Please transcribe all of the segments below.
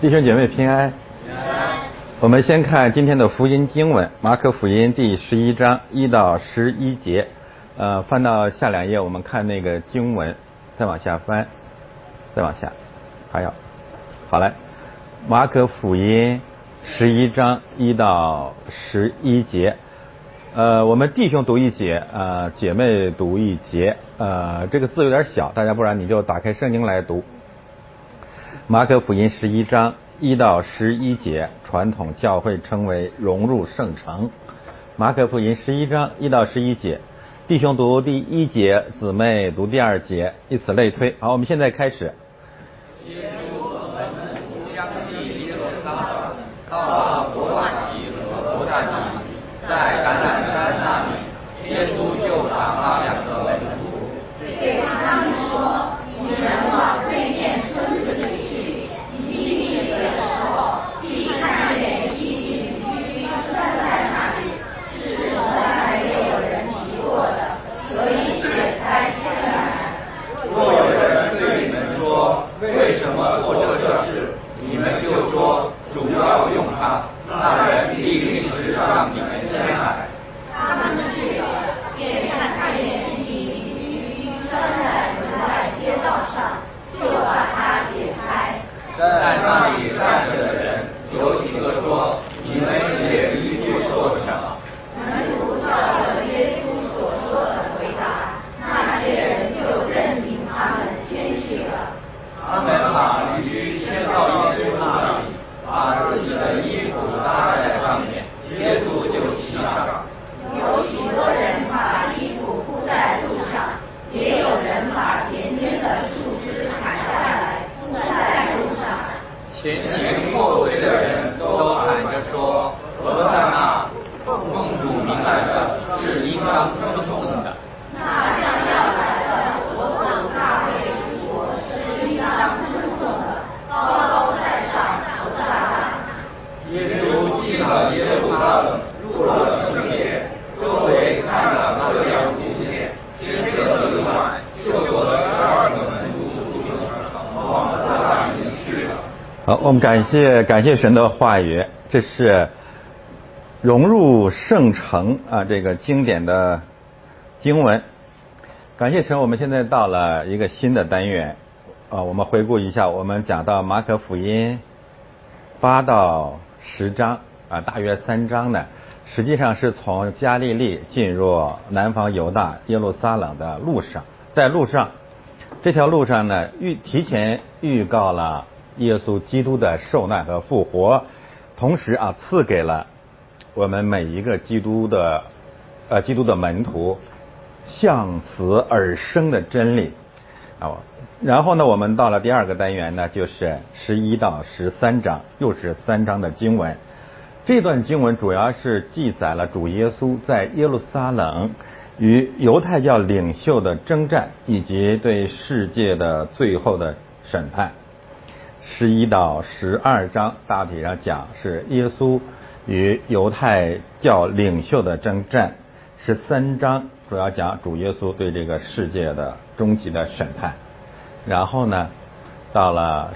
弟兄姐妹平安。我们先看今天的福音经文，马可福音第11章1到11节。翻到下2页，我们看那个经文，再往下翻，再往下，好来，马可福音11章1到11节。我们弟兄读一节，姐妹读一节。这个字有点小，大家不然你就打开圣经来读。马可福音11章1到11节，传统教会称为融入圣城。马可福音11章1到11节，弟兄读第1节，姊妹读第2节，以此类推。好，我们现在开始。 耶稣和门徒相继耶路撒冷，到了伯大尼和伯大尼，在橄榄山那里，耶稣就打发2个门徒， 对他们说：“你们往对面村子里去，你去的时候，必看见一群驴拴在那里，是从来没有人骑过的，可以解开牵来。 若有人对你们说，为什么做这事，你们就说，主要用它，那人必立时让你们牵来。” 他们去了，便看见一群驴拴在门外街道上，就把它解开。 在那里站着的人有几个说：“你们解驴去做什么？” 门徒照着耶稣所说的回答，那些人就任凭他们牵去了。 他们把驴牵到耶稣那里，把自己的衣服搭在上面，耶稣就骑上。 有许多人把衣服铺在路上，也有人把田间的树枝砍下来铺在路上。 前行后随的人都喊着说：“何塞那，奉主名来的，是应当称颂的。” 那将要来的我主大卫之国是应当称颂的，高高在上，何塞那。 耶稣进了耶路撒冷，入了圣殿，周围看了各样图鉴，天色已晚，就和12个门徒出城，往伯大尼去了。 好，我们感谢神的话语，这是融入圣城这个经典的经文。感谢神，我们现在到了一个新的单元我们回顾一下，我们讲到马可福音8到10章大约3章呢，实际上是从加利利进入南方犹大耶路撒冷的路上，在路上这条路上呢，提前预告了耶稣基督的受难和复活，同时赐给了我们每一个基督的门徒向死而生的真理然后呢，我们到了第2个单元呢，就是11到13章，又是3章的经文。这段经文主要是记载了主耶稣在耶路撒冷与犹太教领袖的征战，以及对世界的最后的审判。11到12章大体上讲是耶稣与犹太教领袖的征战，13章主要讲主耶稣对这个世界的终极的审判。然后呢，到了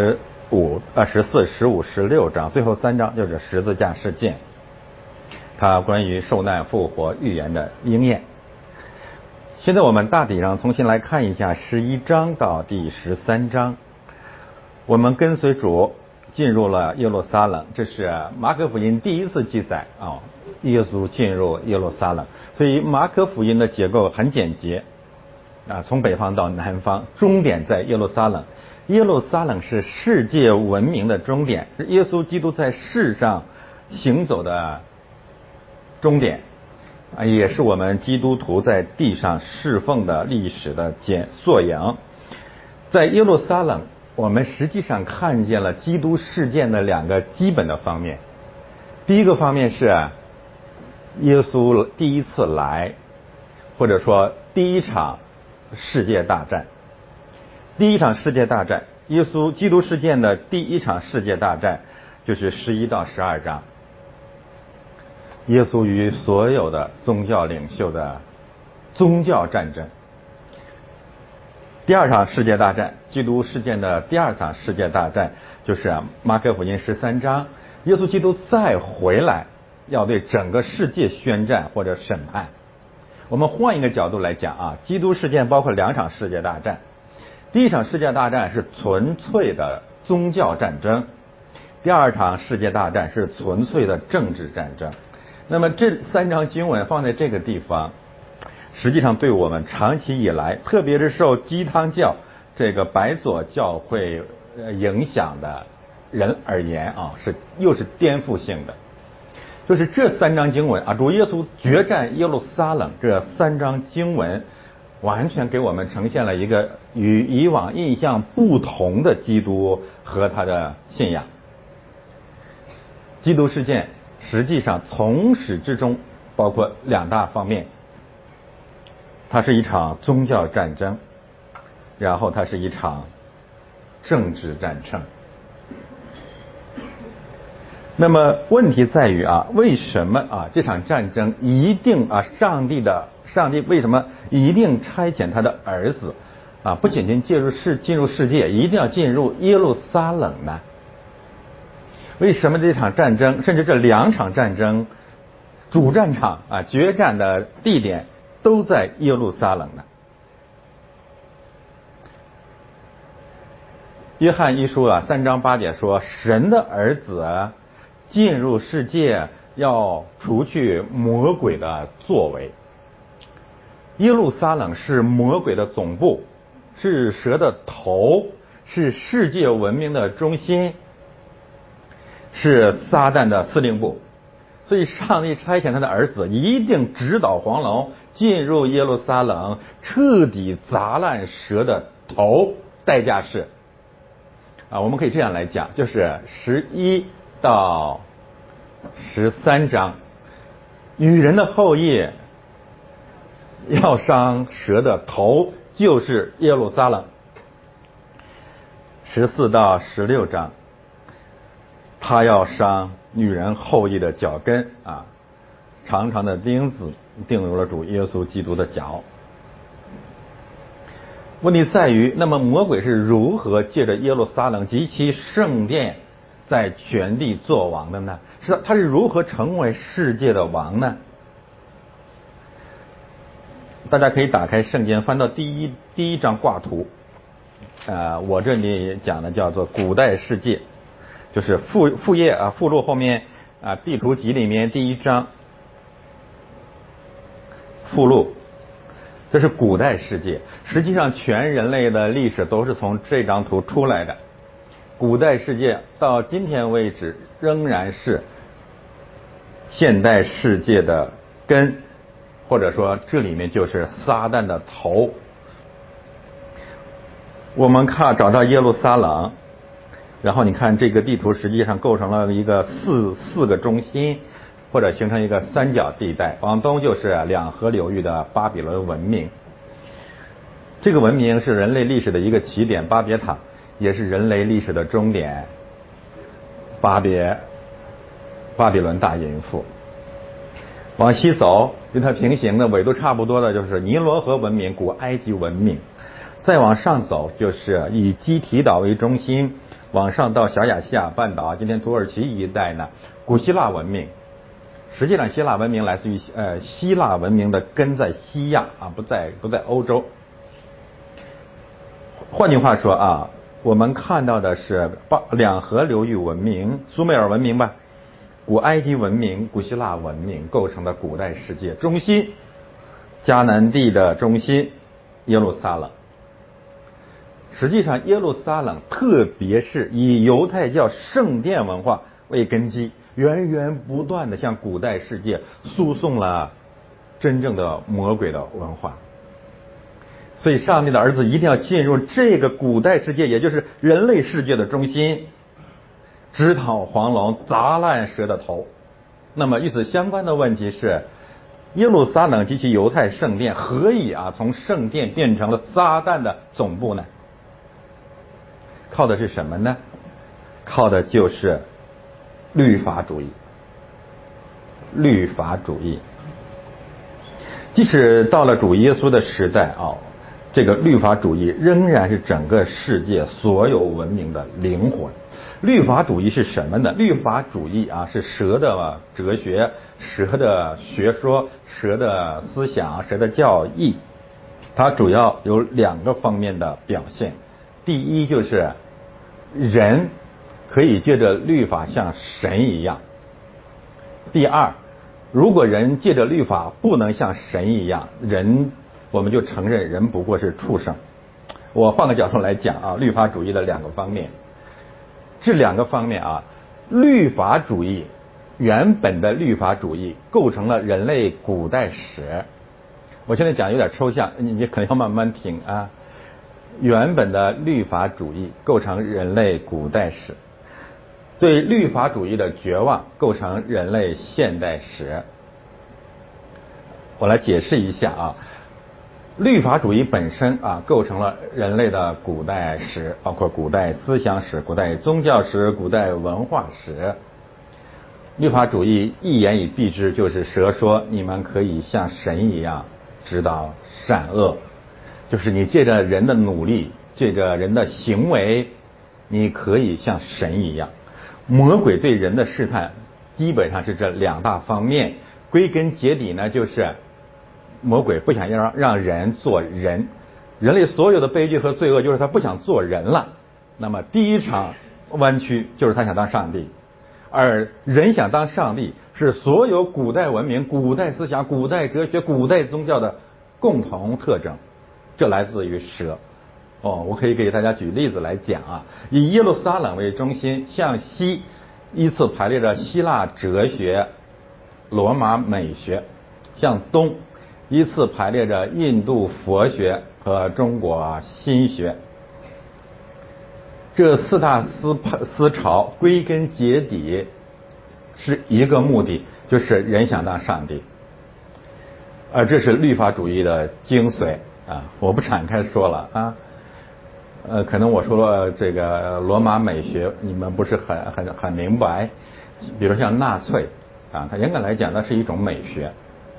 14、15、16章，最后3章就是十字架事件，它关于受难复活预言的应验。现在我们大体上重新来看一下11章到第13章。我们跟随主进入了耶路撒冷，这是马可福音第一次记载耶稣进入耶路撒冷。所以马可福音的结构很简洁从北方到南方，终点在耶路撒冷。耶路撒冷是世界文明的终点，是耶稣基督在世上行走的终点也是我们基督徒在地上侍奉的历史的缩影。在耶路撒冷，我们实际上看见了基督事件的2个基本的方面。第一个方面是耶稣第一次来，或者说第一场世界大战。第一场世界大战，耶稣基督事件的第一场世界大战就是11到12章，耶稣与所有的宗教领袖的宗教战争。 第二场世界大战，基督事件的第二场世界大战，就是马可福音13章，耶稣基督再回来，要对整个世界宣战或者审判。我们换一个角度来讲啊，基督事件包括2场世界大战。第一场世界大战是纯粹的宗教战争，第二场世界大战是纯粹的政治战争。那么这3章经文放在这个地方，实际上对我们长期以来，特别是受鸡汤教这个白左教会影响的人而言啊，又是颠覆性的。就是这3章经文啊，主耶稣决战耶路撒冷，这3章经文完全给我们呈现了一个与以往印象不同的基督和他的信仰。基督事件实际上从始至终包括2大方面，它是一场宗教战争，然后它是一场政治战争。那么问题在于啊，为什么这场战争一定上帝为什么一定差遣他的儿子不仅仅进入世界，一定要进入耶路撒冷呢？为什么这场战争，甚至这2场战争主战场决战的地点都在耶路撒冷呢？约翰一书3章8节说，神的儿子进入世界，要除去魔鬼的作为。耶路撒冷是魔鬼的总部，是蛇的头，是世界文明的中心，是撒旦的司令部。所以上帝差遣他的儿子一定直捣黄龙，进入耶路撒冷，彻底砸烂蛇的头，代价是我们可以这样来讲，就是11到13章，女人的后裔要伤蛇的头，就是耶路撒冷。14到16章，他要伤女人后裔的脚跟长长的钉子钉入了主耶稣基督的脚。问题在于，那么魔鬼是如何借着耶路撒冷及其圣殿在全地作王的呢？他是如何成为世界的王呢？大家可以打开圣经，翻到第一张挂图，我这里讲的叫做古代世界，就是副页附录后面地图集里面第1章附录，这是古代世界。实际上全人类的历史都是从这张图出来的。古代世界到今天为止仍然是现代世界的根，或者说这里面就是撒旦的头。我们找到耶路撒冷，然后你看这个地图实际上构成了一个四个中心，或者形成一个三角地带。往东就是两河流域的巴比伦文明，这个文明是人类历史的一个起点，巴别塔也是人类历史的终点，巴比伦大淫妇。往西走，与它平行的纬度差不多的就是尼罗河文明，古埃及文明。再往上走，就是以基提岛为中心，往上到小亚细亚半岛，今天土耳其一带呢，古希腊文明。实际上希腊文明来自于希腊文明的根在西亚不在欧洲。换句话说我们看到的是两河流域文明，苏美尔文明吧，古埃及文明，古希腊文明构成的古代世界中心，迦南地的中心耶路撒冷。实际上耶路撒冷特别是以犹太教圣殿文化为根基，源源不断的向古代世界输送了真正的魔鬼的文化。所以上帝的儿子一定要进入这个古代世界，也就是人类世界的中心，直捣黄龙，砸烂蛇的头。那么与此相关的问题是，耶路撒冷及其犹太圣殿何以从圣殿变成了撒旦的总部呢？靠的是什么呢？靠的就是律法主义。律法主义即使到了主耶稣的时代这个律法主义仍然是整个世界所有文明的灵魂。律法主义是什么呢？律法主义啊，是蛇的哲学、蛇的学说、蛇的思想、蛇的教义。它主要有2个方面的表现。第一就是人可以借着律法像神一样。第二，如果人借着律法不能像神一样，我们就承认人不过是畜生。我换个角度来讲啊，律法主义的2个方面。这2个方面啊，律法主义原本的律法主义构成了人类古代史。我现在讲有点抽象，你可能要慢慢听啊。原本的律法主义构成人类古代史，对律法主义的绝望构成人类现代史。我来解释一下啊。律法主义本身啊，构成了人类的古代史，包括古代思想史、古代宗教史、古代文化史。律法主义一言以蔽之，就是蛇说你们可以像神一样知道善恶，就是你借着人的努力，借着人的行为，你可以像神一样。魔鬼对人的试探基本上是这2大方面，归根结底呢，就是魔鬼不想让人做人，人类所有的悲剧和罪恶就是他不想做人了。那么第一场弯曲就是他想当上帝，而人想当上帝是所有古代文明、古代思想、古代哲学、古代宗教的共同特征，这来自于蛇。我可以给大家举例子来讲啊，以耶路撒冷为中心，向西依次排列着希腊哲学、罗马美学，向东依次排列着印度佛学和中国心学。这4大思潮归根结底是一个目的，就是人想当上帝。而这是律法主义的精髓啊！我不展开说了啊。可能我说这个罗马美学你们不是很明白，比如像纳粹啊，它严格来讲那是一种美学。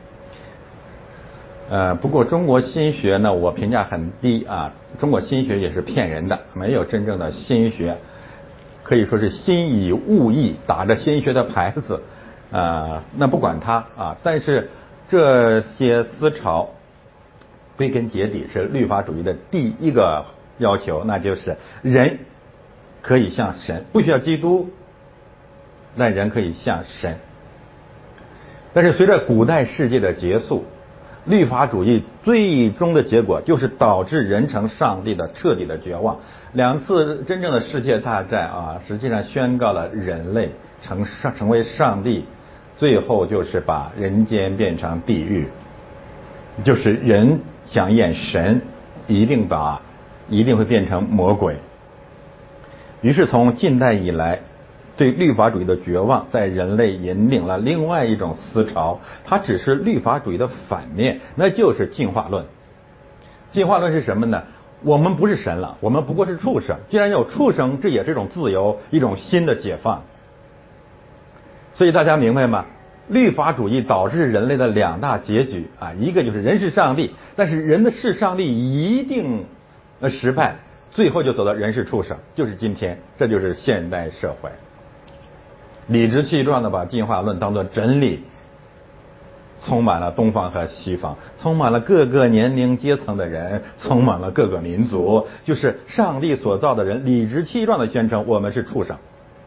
不过中国心学呢，我评价很低啊。中国心学也是骗人的，没有真正的心学，可以说是心以物易，打着心学的牌子。那不管它啊，但是这些思潮归根结底是律法主义的第一个要求，那就是人可以像神，不需要基督，但人可以像神。但是随着古代世界的结束，律法主义最终的结果就是导致人成上帝的彻底的绝望。2次真正的世界大战啊，实际上宣告了人类成为上帝，最后就是把人间变成地狱，就是人想演神，一定会变成魔鬼。于是从近代以来，对律法主义的绝望在人类引领了另外一种思潮，它只是律法主义的反面，那就是进化论。进化论是什么呢？我们不是神了，我们不过是畜生。既然有畜生，这也是一种自由，一种新的解放。所以大家明白吗？律法主义导致人类的2大结局啊，一个就是人是上帝，但是人的是上帝一定失败，最后就走到人是畜生，就是今天，这就是现代社会。理直气壮的把进化论当作真理，充满了东方和西方，充满了各个年龄阶层的人，充满了各个民族，就是上帝所造的人理直气壮的宣称我们是畜生。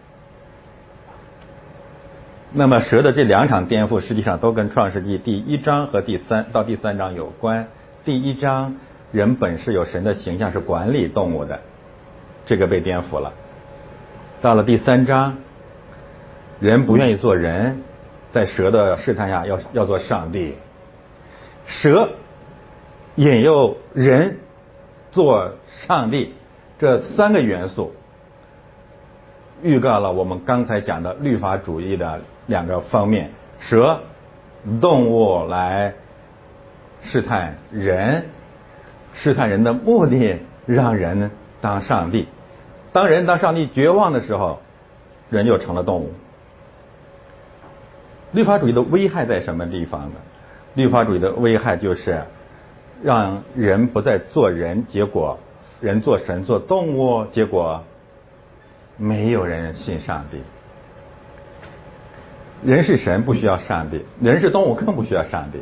那么蛇的这2场颠覆实际上都跟创世纪第1章和第3章有关。第1章人本是有神的形象，是管理动物的，这个被颠覆了。到了第3章，人不愿意做人，在蛇的试探下要做上帝。蛇引诱人做上帝，这3个元素预告了我们刚才讲的律法主义的2个方面。蛇动物来试探人，试探人的目的让人当上帝。当人当上帝绝望的时候，人就成了动物。律法主义的危害在什么地方呢？律法主义的危害就是让人不再做人，结果人做神做动物，结果没有人信上帝。人是神不需要上帝，人是动物更不需要上帝。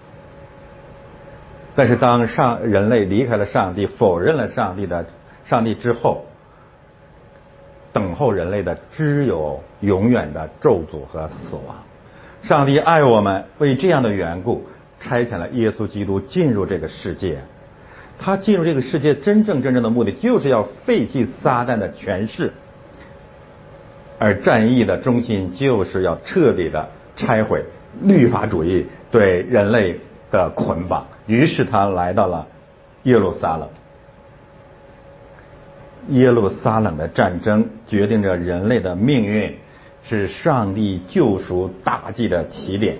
但是当人类离开了上帝，否认了上帝之后，等候人类的只有永远的咒诅和死亡。上帝爱我们，为这样的缘故差遣了耶稣基督进入这个世界。他进入这个世界真正的目的，就是要废弃撒旦的权势，而战役的中心就是要彻底的拆毁律法主义对人类的捆绑。于是他来到了耶路撒冷。耶路撒冷的战争决定着人类的命运，是上帝救赎大计的起点。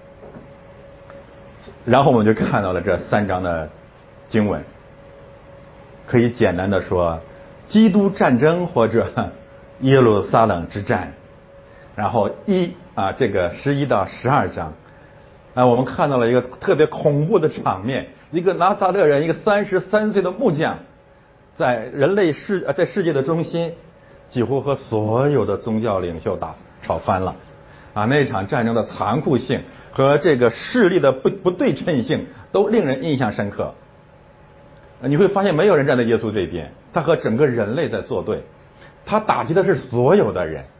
然后我们就看到了这3章的经文，可以简单的说，基督战争或者耶路撒冷之战。然后这个11到12章，我们看到了一个特别恐怖的场面，一个拿撒勒人，一个33岁的木匠，在在世界的中心，几乎和所有的宗教领袖吵翻了。那场战争的残酷性和这个势力的不对称性都令人印象深刻。你会发现没有人站在耶稣这边，他和整个人类在作对，他打击的是所有的人。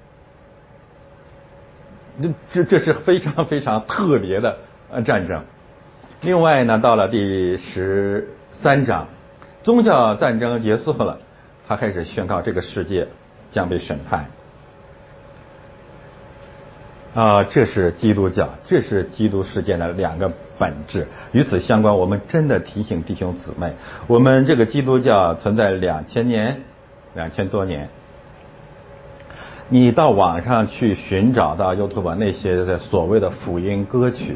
这是非常非常特别的战争。另外呢，到了第13章，宗教战争结束了，他开始宣告这个世界将被审判。这是基督教，这是基督世界的2个本质。与此相关，我们真的提醒弟兄姊妹，我们这个基督教存在2000多年。你到网上去寻找到 YouTube 那些所谓的福音歌曲，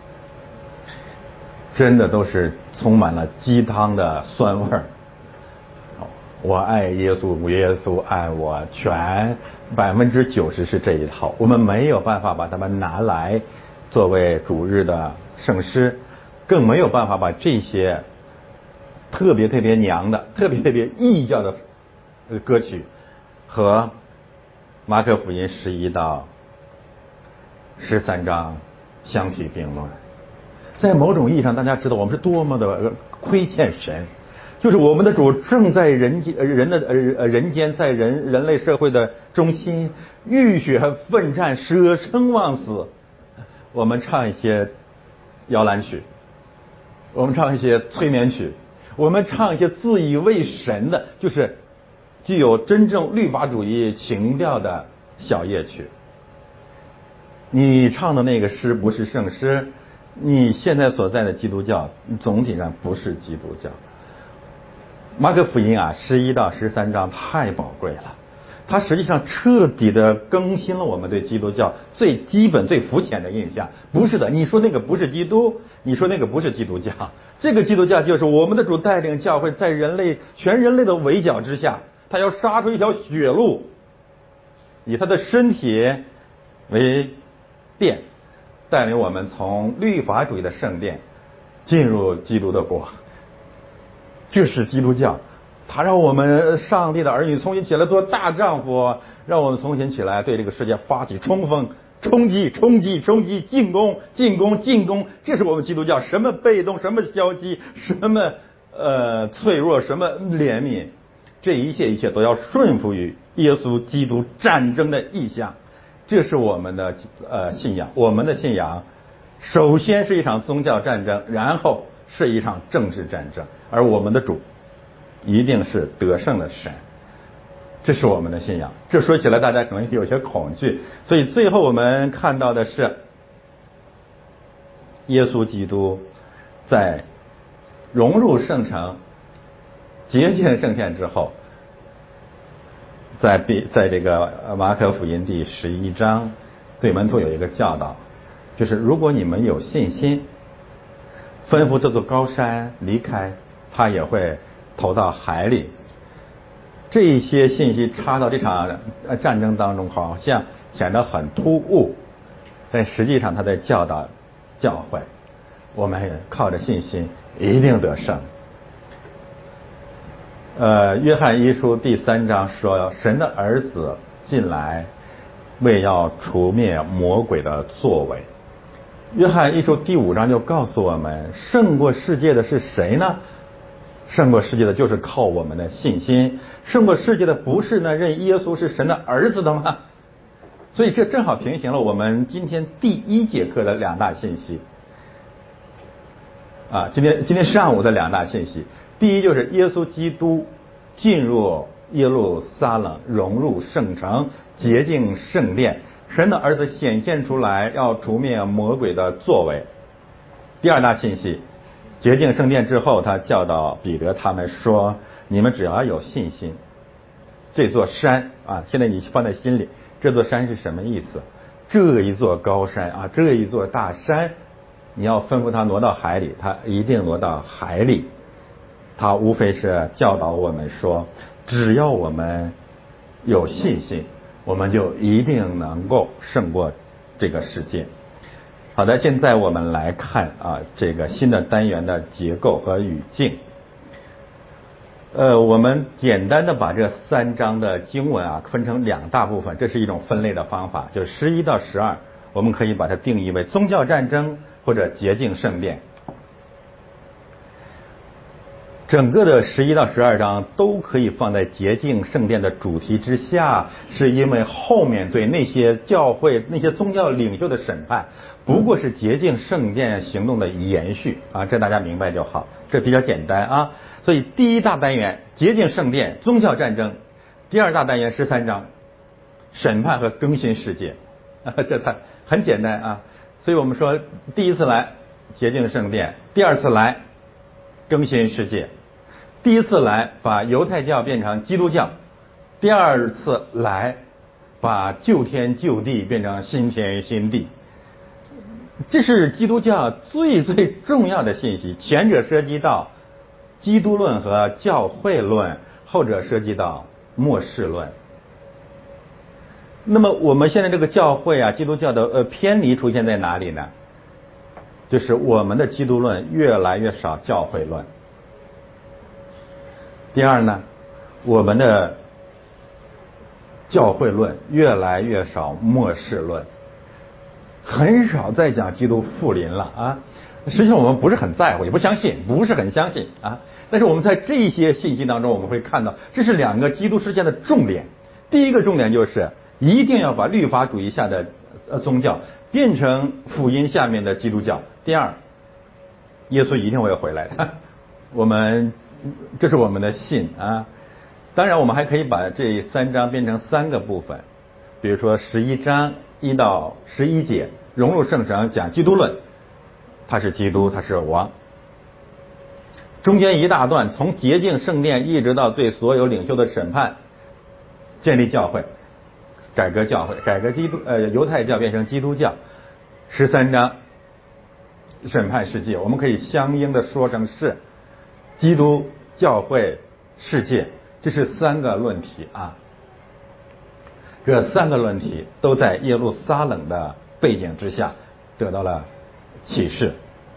真的都是充满了鸡汤的酸味儿。我爱耶稣，耶稣爱我，全90%是这一套。我们没有办法把它们拿来作为主日的圣诗，更没有办法把这些特别娘的、特别异教的歌曲和马可福音11到13章相提并论。在某种意义上，大家知道我们是多么的亏欠神，就是我们的主正在人间，在人类社会的中心浴血奋战，舍生忘死。我们唱一些摇篮曲，我们唱一些催眠曲，我们唱一些自以为神的，就是具有真正律法主义情调的小夜曲。你唱的那个诗不是圣诗，你现在所在的基督教总体上不是基督教。马可福音11到13章太宝贵了，它实际上彻底的更新了我们对基督教最基本最肤浅的印象。不是的，你说那个不是基督，你说那个不是基督教，这个基督教就是我们的主带领教会在全人类的围剿之下，他要杀出一条血路，以他的身体为殿，带领我们从律法主义的圣殿进入基督的国。这是基督教，他让我们上帝的儿女重新起来做大丈夫，让我们重新起来对这个世界发起冲锋、冲击、进攻。这是我们基督教，什么被动，什么消极，什么脆弱，什么怜悯，这一切都要顺服于耶稣基督战争的意象。这是我们的信仰。我们的信仰首先是一场宗教战争，然后是一场政治战争，而我们的主一定是得胜的神。这是我们的信仰。这说起来大家可能有些恐惧，所以最后我们看到的是耶稣基督在融入圣城、洁净圣殿之后，在这个马可福音第11章对门徒有一个教导，就是如果你们有信心，吩咐这座高山离开，它也会投到海里。这些信息插到这场战争当中，好像显得很突兀，但实际上他在教导教会， 我们靠着信心一定得胜。约翰一书第3章说，神的儿子进来为要除灭魔鬼的作为。约翰一书第5章就告诉我们，胜过世界的是谁呢？胜过世界的就是靠我们的信心。胜过世界的不是呢认耶稣是神的儿子的吗？所以这正好平行了我们今天第1节课的2大信息。今天上午的2大信息，第一就是耶稣基督进入耶路撒冷，融入圣城，洁净圣殿，神的儿子显现出来，要除灭魔鬼的作为。第2大信息，洁净圣殿之后，他教导彼得他们说，你们只要有信心，这座山现在你放在心里，这座山是什么意思？这一座高山这一座大山，你要吩咐他挪到海里，他一定挪到海里。他无非是教导我们说，只要我们有信心，我们就一定能够胜过这个世界。好的，现在我们来看这个新的单元的结构和语境。我们简单的把这3章的经文分成2大部分，这是一种分类的方法，就是11到12，我们可以把它定义为宗教战争或者洁净圣殿。整个的11到12章都可以放在洁净圣殿的主题之下，是因为后面对那些教会、那些宗教领袖的审判，不过是洁净圣殿行动的延续这大家明白就好，这比较简单所以第1大单元洁净圣殿、宗教战争，第2大单元13章审判和更新世界这很简单所以我们说第一次来洁净圣殿，第2次来更新世界，第一次来把犹太教变成基督教，第2次来把旧天旧地变成新天新地。这是基督教最重要的信息，前者涉及到基督论和教会论，后者涉及到末世论。那么我们现在这个教会基督教的偏离出现在哪里呢？就是我们的基督论越来越少教会论。第2呢，我们的教会论越来越少末世论，很少再讲基督复临了实际上我们不是很在乎，也不相信，不是很相信但是我们在这些信息当中，我们会看到这是2个基督事件的重点。第一个重点就是一定要把律法主义下的宗教变成福音下面的基督教。第2，耶稣一定会回来的，这是我们的信当然我们还可以把这3章变成3个部分，比如说11章1到11节融入圣城，讲基督论，他是基督，他是王。中间一大段从洁净圣殿一直到对所有领袖的审判，建立教会，改革教会，改革犹太教变成基督教。13章审判世界，我们可以相应的说成是基督教会世界，这是3个论题这3个论题都在耶路撒冷的背景之下得到了启示。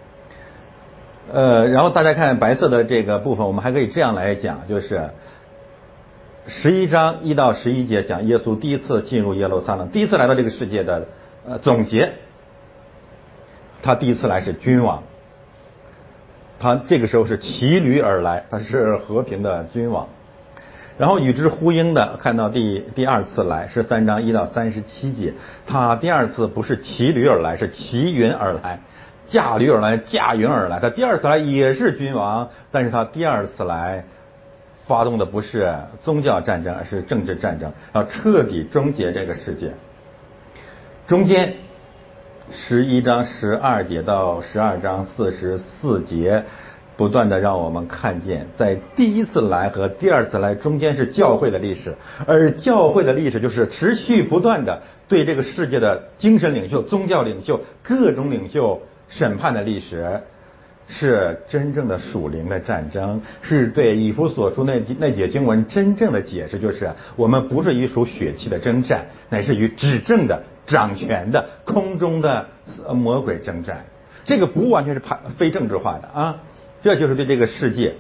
然后大家看白色的这个部分，我们还可以这样来讲，就是11章1到11节讲耶稣第一次进入耶路撒冷，第一次来到这个世界的总结。他第一次来是君王，他这个时候是骑驴而来，他是和平的君王。然后与之呼应的看到第2次来13章1到37节，他第2次不是骑驴而来，是骑云而来，驾驴而来，驾云而来。他第2次来也是君王，但是他第2次来发动的不是宗教战争，而是政治战争，要彻底终结这个世界。中间11章12节到12章44节不断的让我们看见，在第一次来和第2次来中间是教会的历史，而教会的历史就是持续不断的对这个世界的精神领袖、宗教领袖、各种领袖审判的历史，是真正的属灵的战争，是对以弗所书那节经文真正的解释，就是我们不是与属血气的征战，乃是与执政的、掌权的、空中的魔鬼征战。 这个不完全是非政治化的啊，这就是对这个世界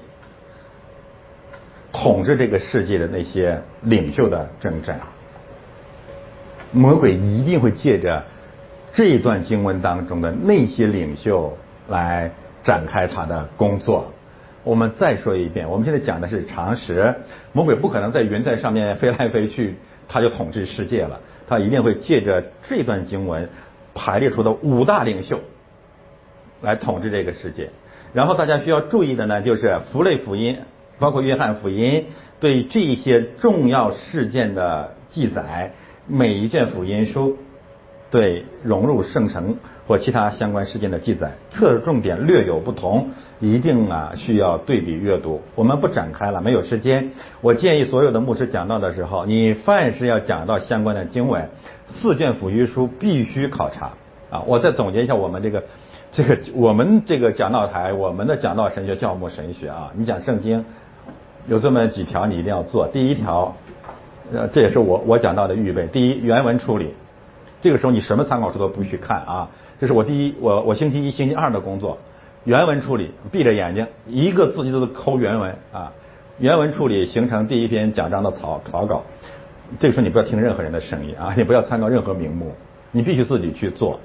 统治这个世界的那些领袖的征战。魔鬼一定会借着这一段经文当中的那些领袖来展开他的工作。我们再说一遍，我们现在讲的是常识，魔鬼不可能在云彩上面飞来飞去，他就统治世界了。他一定会借着这段经文排列出的5大领袖来统治这个世界。然后大家需要注意的呢，就是符类福音，包括约翰福音，对这些重要事件的记载，每一卷福音书对融入圣城或其他相关事件的记载，侧重点略有不同，一定需要对比阅读。我们不展开了，没有时间。我建议所有的牧师讲道的时候，你凡是要讲到相关的经文，4卷福音书必须考察啊！我再总结一下我们我们这个讲道台，我们的讲道神学教牧神学啊，你讲圣经有这么几条你一定要做。第一条，这也是我讲到的预备。第一，原文处理。这个时候你什么参考书都不许看啊！这是我星期1、星期2的工作，原文处理，闭着眼睛一个字都抠原文啊！原文处理形成第一篇讲章的草稿。这个时候你不要听任何人的声音啊，你不要参考任何名目，你必须自己去做。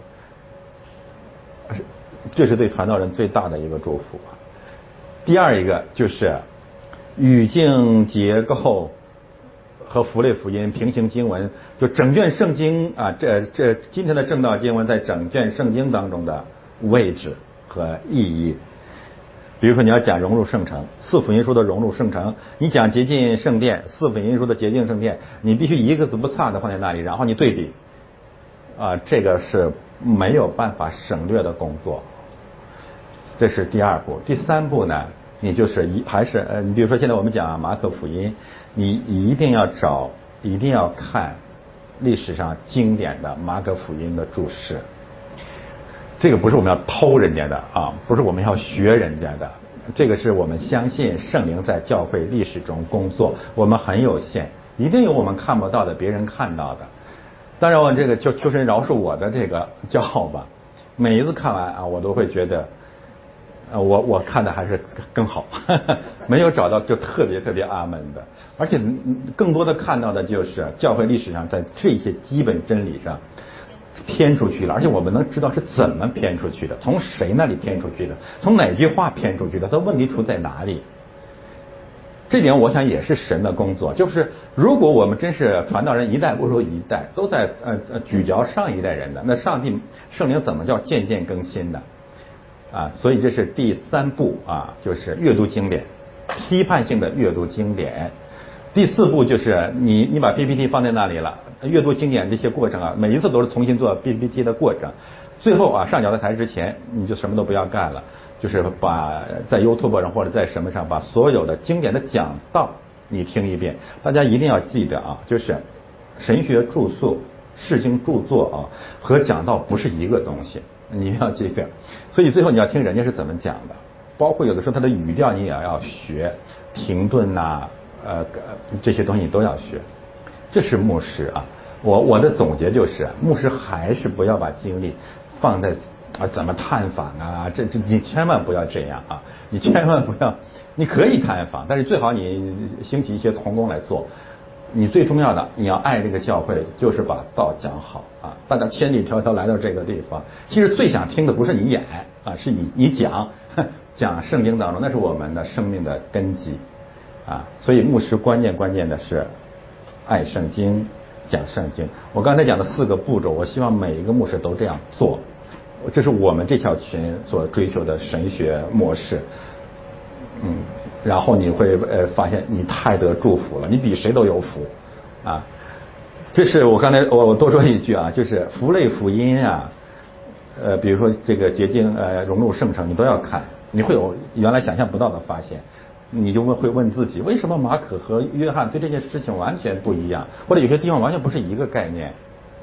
这是对传道人最大的一个祝福。第二一个就是语境结构和符类福音平行经文，就整卷圣经啊，这今天的正道经文在整卷圣经当中的位置和意义。比如说你要讲融入圣城，4福音书的融入圣城，你讲洁净圣殿，4福音书的洁净圣殿，你必须一个字不差的放在那里，然后你对比这个是没有办法省略的工作。这是第2步。第3步呢，你就是你比如说现在我们讲马可福音，你一定要看历史上经典的马可福音的注释。这个不是我们要偷人家的啊，不是我们要学人家的，这个是我们相信圣灵在教会历史中工作，我们很有限，一定有我们看不到的，别人看到的。当然我这个求神饶恕我的这个骄傲吧，每一次看完我都会觉得我看的还是更好没有找到就特别阿门的。而且更多的看到的就是教会历史上在这些基本真理上偏出去了，而且我们能知道是怎么偏出去的，从谁那里偏出去的，从哪句话偏出去的，它问题出在哪里。这点我想也是神的工作，就是如果我们真是传道人一代不如一代，都在咀嚼上一代人的，那圣灵怎么叫渐渐更新的所以这是第3步就是阅读经典，批判性的阅读经典。第4步就是你把 PPT 放在那里了，阅读经典这些过程每一次都是重新做 PPT 的过程。最后上讲台之前你就什么都不要干了，就是把在 YouTube 上或者在什么上把所有的经典的讲道你听一遍。大家一定要记得就是神学著述、释经著作和讲道不是一个东西，你要记得。所以最后你要听人家是怎么讲的，包括有的时候他的语调你也要学，停顿这些东西你都要学。这是牧师我的总结就是牧师还是不要把精力放在怎么探访这你千万不要这样你千万不要，你可以探访，但是最好你兴起一些同工来做。你最重要的你要爱这个教会，就是把道讲好大家千里迢迢来到这个地方，其实最想听的不是你演是你讲圣经当中，那是我们的生命的根基所以牧师关键的是爱圣经，讲圣经。我刚才讲的4个步骤，我希望每一个牧师都这样做，这是我们这小群所追求的神学模式。然后你会发现你太得祝福了，你比谁都有福这是我刚才我多说一句就是符类福音比如说这个洁净融入圣城，你都要看，你会有原来想象不到的发现。你就会问自己，为什么马可和约翰对这件事情完全不一样，或者有些地方完全不是一个概念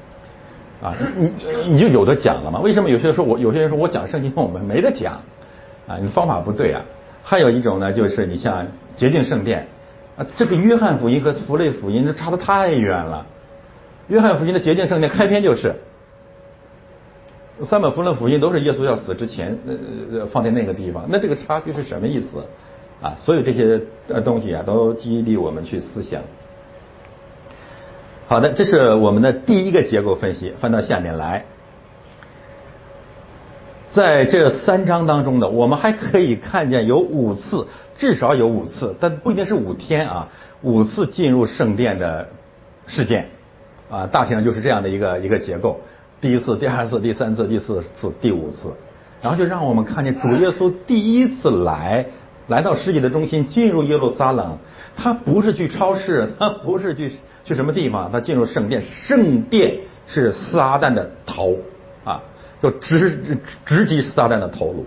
你就有的讲了嘛？为什么有些人说我讲圣经我们没得讲你方法不对还有一种呢，就是你像洁净圣殿这个约翰福音和符类福音这差得太远了。约翰福音的洁净圣殿开篇就是三本福音都是耶稣要死之前放在那个地方，那这个差距是什么意思啊？所有这些东西啊，都激励我们去思想。好的，这是我们的第一个结构分析。翻到下面来，在这3章当中呢，我们还可以看见有5次，至少有5次，但不一定是5天啊，5次进入圣殿的事件啊，大体上就是这样的一个结构。第1次、第2次、第3次、第4次、第5次，然后就让我们看见主耶稣第一次来到世界的中心，进入耶路撒冷，他不是去超市，他不是去什么地方，他进入圣殿，圣殿是撒旦的头啊，就直击撒旦的头颅。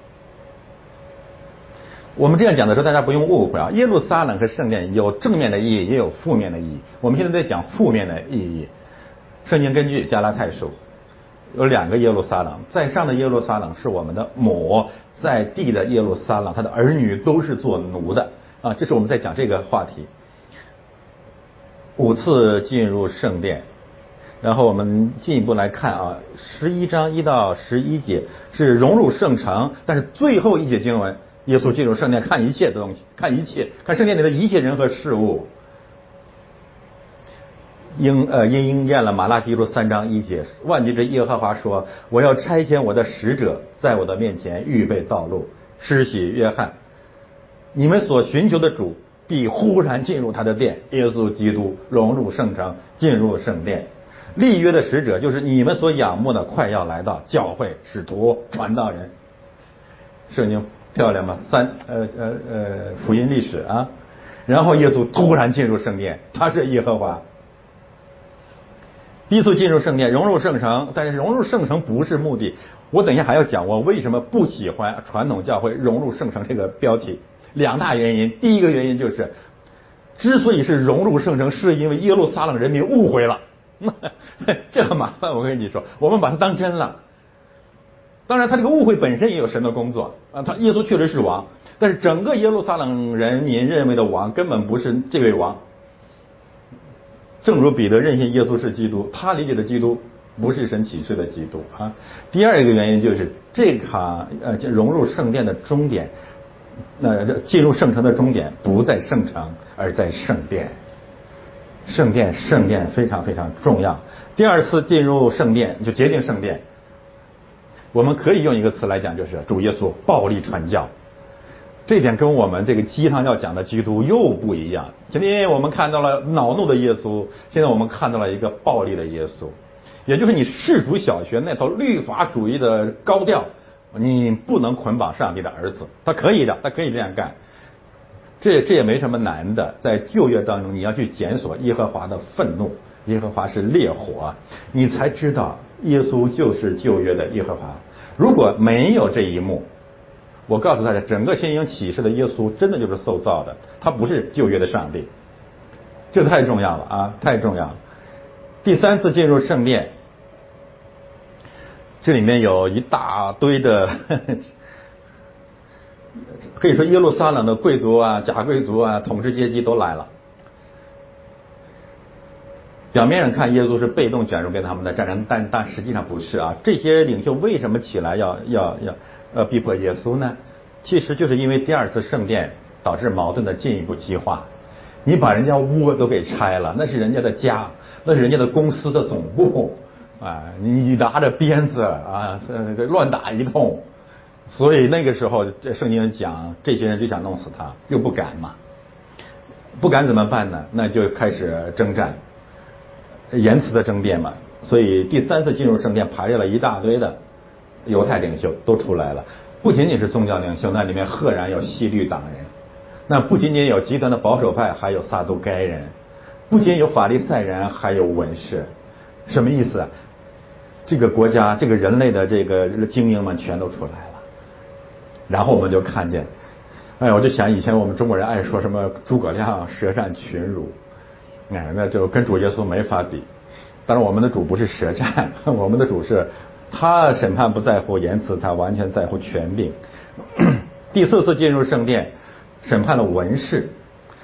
我们这样讲的时候，大家不用误会啊，耶路撒冷和圣殿有正面的意义，也有负面的意义。我们现在在讲负面的意义。圣经根据加拉太书有2个耶路撒冷，在上的耶路撒冷是我们的母，在地的耶路撒冷他的儿女都是做奴的啊，这是我们在讲这个话题。5次进入圣殿，然后我们进一步来看啊，11章1到11节是融入圣城，但是最后一节经文，耶稣进入圣殿，看一切的东西，看圣殿里的一切人和事物。应验了马拉基书3章1节，万军之耶和华说：“我要差遣我的使者在我的面前预备道路，施洗约翰。你们所寻求的主必忽然进入他的殿。”耶稣基督融入圣城，进入圣殿。立约的使者就是你们所仰慕的，快要来到，教会、使徒、传道人。圣经漂亮吗？福音历史啊。然后耶稣突然进入圣殿，他是耶和华。第一次进入圣殿，融入圣城，但是融入圣城不是目的。我等一下还要讲我为什么不喜欢传统教会融入圣城这个标题。2大原因，第一个原因就是，之所以是融入圣城，是因为耶路撒冷人民误会了，这很麻烦。我跟你说，我们把它当真了。当然，他这个误会本身也有神的工作啊，他耶稣确实是王，但是整个耶路撒冷人民认为的王根本不是这位王。正如彼得认信耶稣是基督，他理解的基督不是神启示的基督啊。第二一个原因就是这场融入圣殿的终点，进入圣城的终点不在圣城，而在圣殿。圣殿非常非常重要。第2次进入圣殿就洁净圣殿，我们可以用一个词来讲，就是主耶稣暴力传教。这点跟我们这个鸡汤要讲的基督又不一样。前面我们看到了恼怒的耶稣，现在我们看到了一个暴力的耶稣，也就是你世俗小学那套律法主义的高调，你不能捆绑上帝的儿子。他可以的，他可以这样干，这也没什么难的。在旧约当中，你要去检索耶和华的愤怒，耶和华是烈火，你才知道耶稣就是旧约的耶和华。如果没有这一幕，我告诉大家，整个新约启示的耶稣真的就是受造的，他不是旧约的上帝，这太重要了啊，太重要了。第3次进入圣殿，这里面有一大堆的可以说耶路撒冷的贵族啊、假贵族啊、统治阶级都来了。表面上看耶稣是被动卷入跟他们的战争，但实际上不是啊。这些领袖为什么起来要逼迫耶稣呢？其实就是因为第2次圣殿导致矛盾的进一步激化。你把人家窝都给拆了，那是人家的家，那是人家的公司的总部啊！你拿着鞭子啊，乱打一通。所以那个时候，这圣经讲，这些人就想弄死他，又不敢嘛，不敢怎么办呢？那就开始征战，言辞的争辩嘛。所以第3次进入圣殿，排列了一大堆的犹太领袖都出来了，不仅仅是宗教领袖，那里面赫然有希律党人，那不仅仅有极端的保守派，还有撒都该人，不仅有法利赛人，还有文士。什么意思啊？这个国家、这个人类的这个精英们全都出来了。然后我们就看见，我就想以前我们中国人爱说什么诸葛亮舌战群儒，那就跟主耶稣没法比。当然我们的主不是舌战，我们的主是他审判不在乎言辞，他完全在乎权柄。第4次进入圣殿，审判了文士，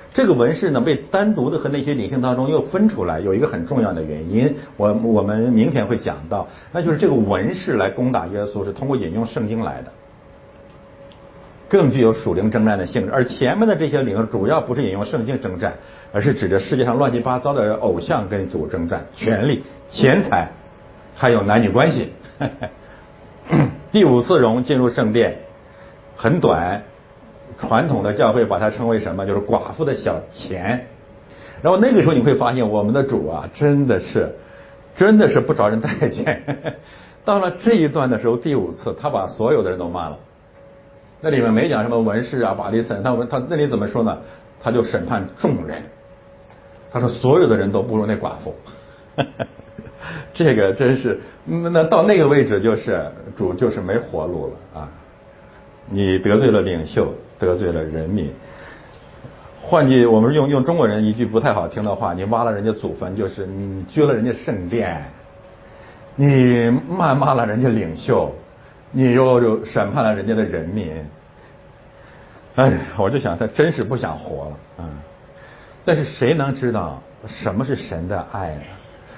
这个文士呢被单独的和那些领袖当中又分出来，有一个很重要的原因，我们明天会讲到，那就是这个文士来攻打耶稣是通过引用圣经来的，更具有属灵征战的性质。而前面的这些领袖主要不是引用圣经征战，而是指着世界上乱七八糟的偶像跟主征战，权力、钱财，还有男女关系。第五次荣进入圣殿很短，传统的教会把它称为什么？就是寡妇的小钱。然后那个时候你会发现，我们的主啊，真的是不招人待见。到了这一段的时候，第五次他把所有的人都骂了。那里面没讲什么文士啊、法利赛人，他那里怎么说呢？他就审判众人。他说所有的人都不如那寡妇。这个真是，那到那个位置就是主就是没活路了啊！你得罪了领袖，得罪了人民。换句我们用中国人一句不太好听的话，你挖了人家祖坟，就是你掘了人家圣殿，你谩骂了人家领袖，你又审判了人家的人民。哎，我就想他真是不想活了啊！但是谁能知道什么是神的爱呢？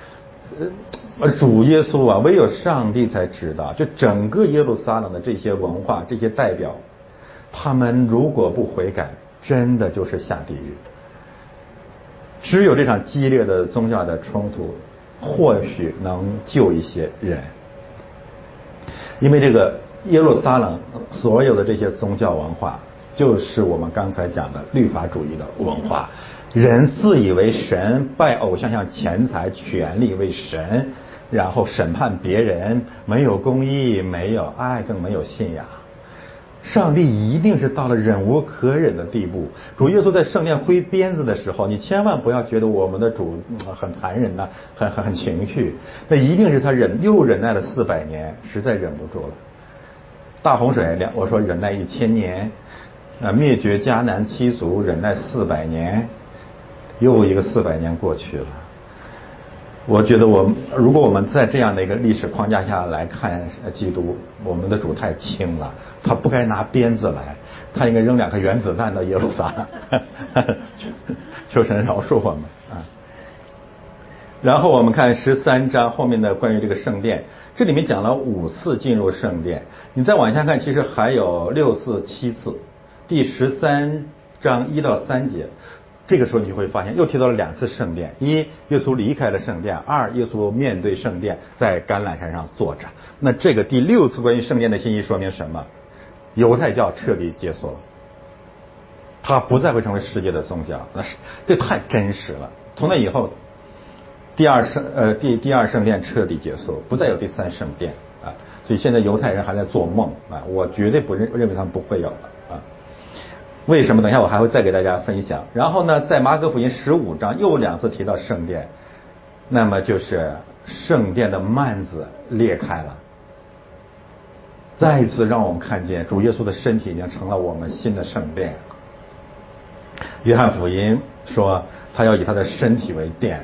主耶稣啊，唯有上帝才知道。就整个耶路撒冷的这些文化、这些代表，他们如果不悔改，真的就是下地狱。只有这场激烈的宗教的冲突，或许能救一些人。因为这个耶路撒冷所有的这些宗教文化，就是我们刚才讲的律法主义的文化。人自以为神，拜偶像像钱财、权力为神，然后审判别人，没有公义，没有爱，更没有信仰。上帝一定是到了忍无可忍的地步。主耶稣在圣殿挥鞭子的时候，你千万不要觉得我们的主很残忍呐，很情绪，那一定是他又忍耐了400年，实在忍不住了。大洪水，我说忍耐1000年，灭绝迦南7族，忍耐400年。又一个400年过去了，我觉得如果我们在这样的一个历史框架下来看基督，我们的主太轻了，他不该拿鞭子来，他应该扔2颗原子弹到耶路撒冷。求神饶恕我们啊！然后我们看13章后面的关于这个圣殿，这里面讲了5次进入圣殿，你再往下看，其实还有6次、7次。第13章1到3节。这个时候你就会发现又提到了2次圣殿：一，耶稣离开了圣殿；二，耶稣面对圣殿，在橄榄山上坐着。那这个第6次关于圣殿的信息说明什么？犹太教彻底解锁了，它不再会成为世界的宗教。那是这太真实了。从那以后，第二圣殿彻底结束，不再有第3圣殿啊。所以现在犹太人还在做梦啊，我绝对不认为他们不会有了啊。为什么？等一下我还会再给大家分享。然后呢，在马可福音15章又2次提到圣殿，那么就是圣殿的幔子裂开了，再一次让我们看见主耶稣的身体已经成了我们新的圣殿。约翰福音说他要以他的身体为殿。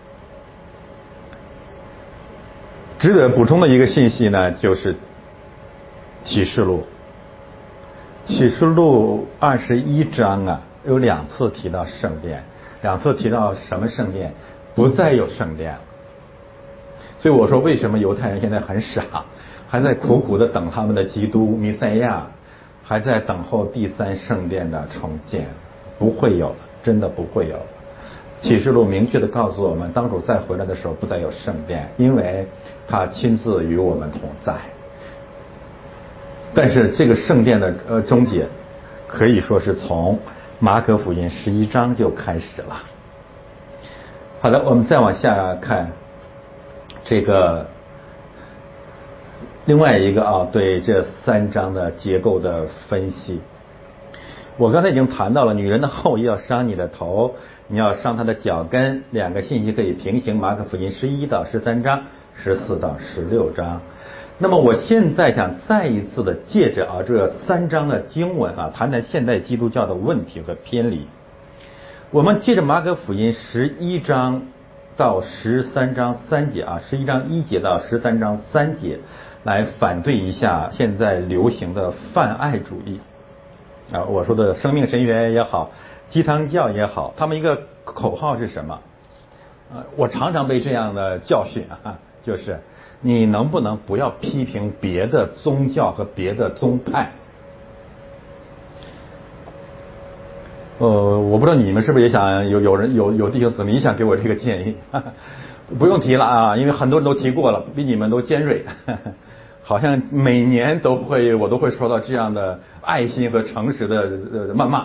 值得补充的一个信息呢，就是启示录。启示录21章啊，有2次提到圣殿，2次提到什么圣殿？不再有圣殿了。所以我说，为什么犹太人现在很傻，还在苦苦的等他们的基督弥赛亚，还在等候第3圣殿的重建？不会有，真的不会有。启示录明确的告诉我们，当主再回来的时候，不再有圣殿，因为他亲自与我们同在。但是这个圣殿的终结，可以说是从马可福音11章就开始了。好的，我们再往下看这个另外一个对这3章的结构的分析。我刚才已经谈到了，女人的后衣要伤你的头，你要伤她的脚跟。2个信息可以平行，马可福音11到13章，14到16章。那么我现在想再一次的借着这3章的经文谈谈现代基督教的问题和偏离。我们借着马可福音11章到13章3节11章1节到13章3节来反对一下现在流行的泛爱主义。 我说的生命神学也好，鸡汤教也好，他们一个口号是什么？我常常被这样的教训就是你能不能不要批评别的宗教和别的宗派？我不知道你们是不是也想有弟兄姊妹也想给我这个建议？不用提了因为很多人都提过了，比你们都尖锐。好像每年我都会收到这样的爱心和诚实的谩骂。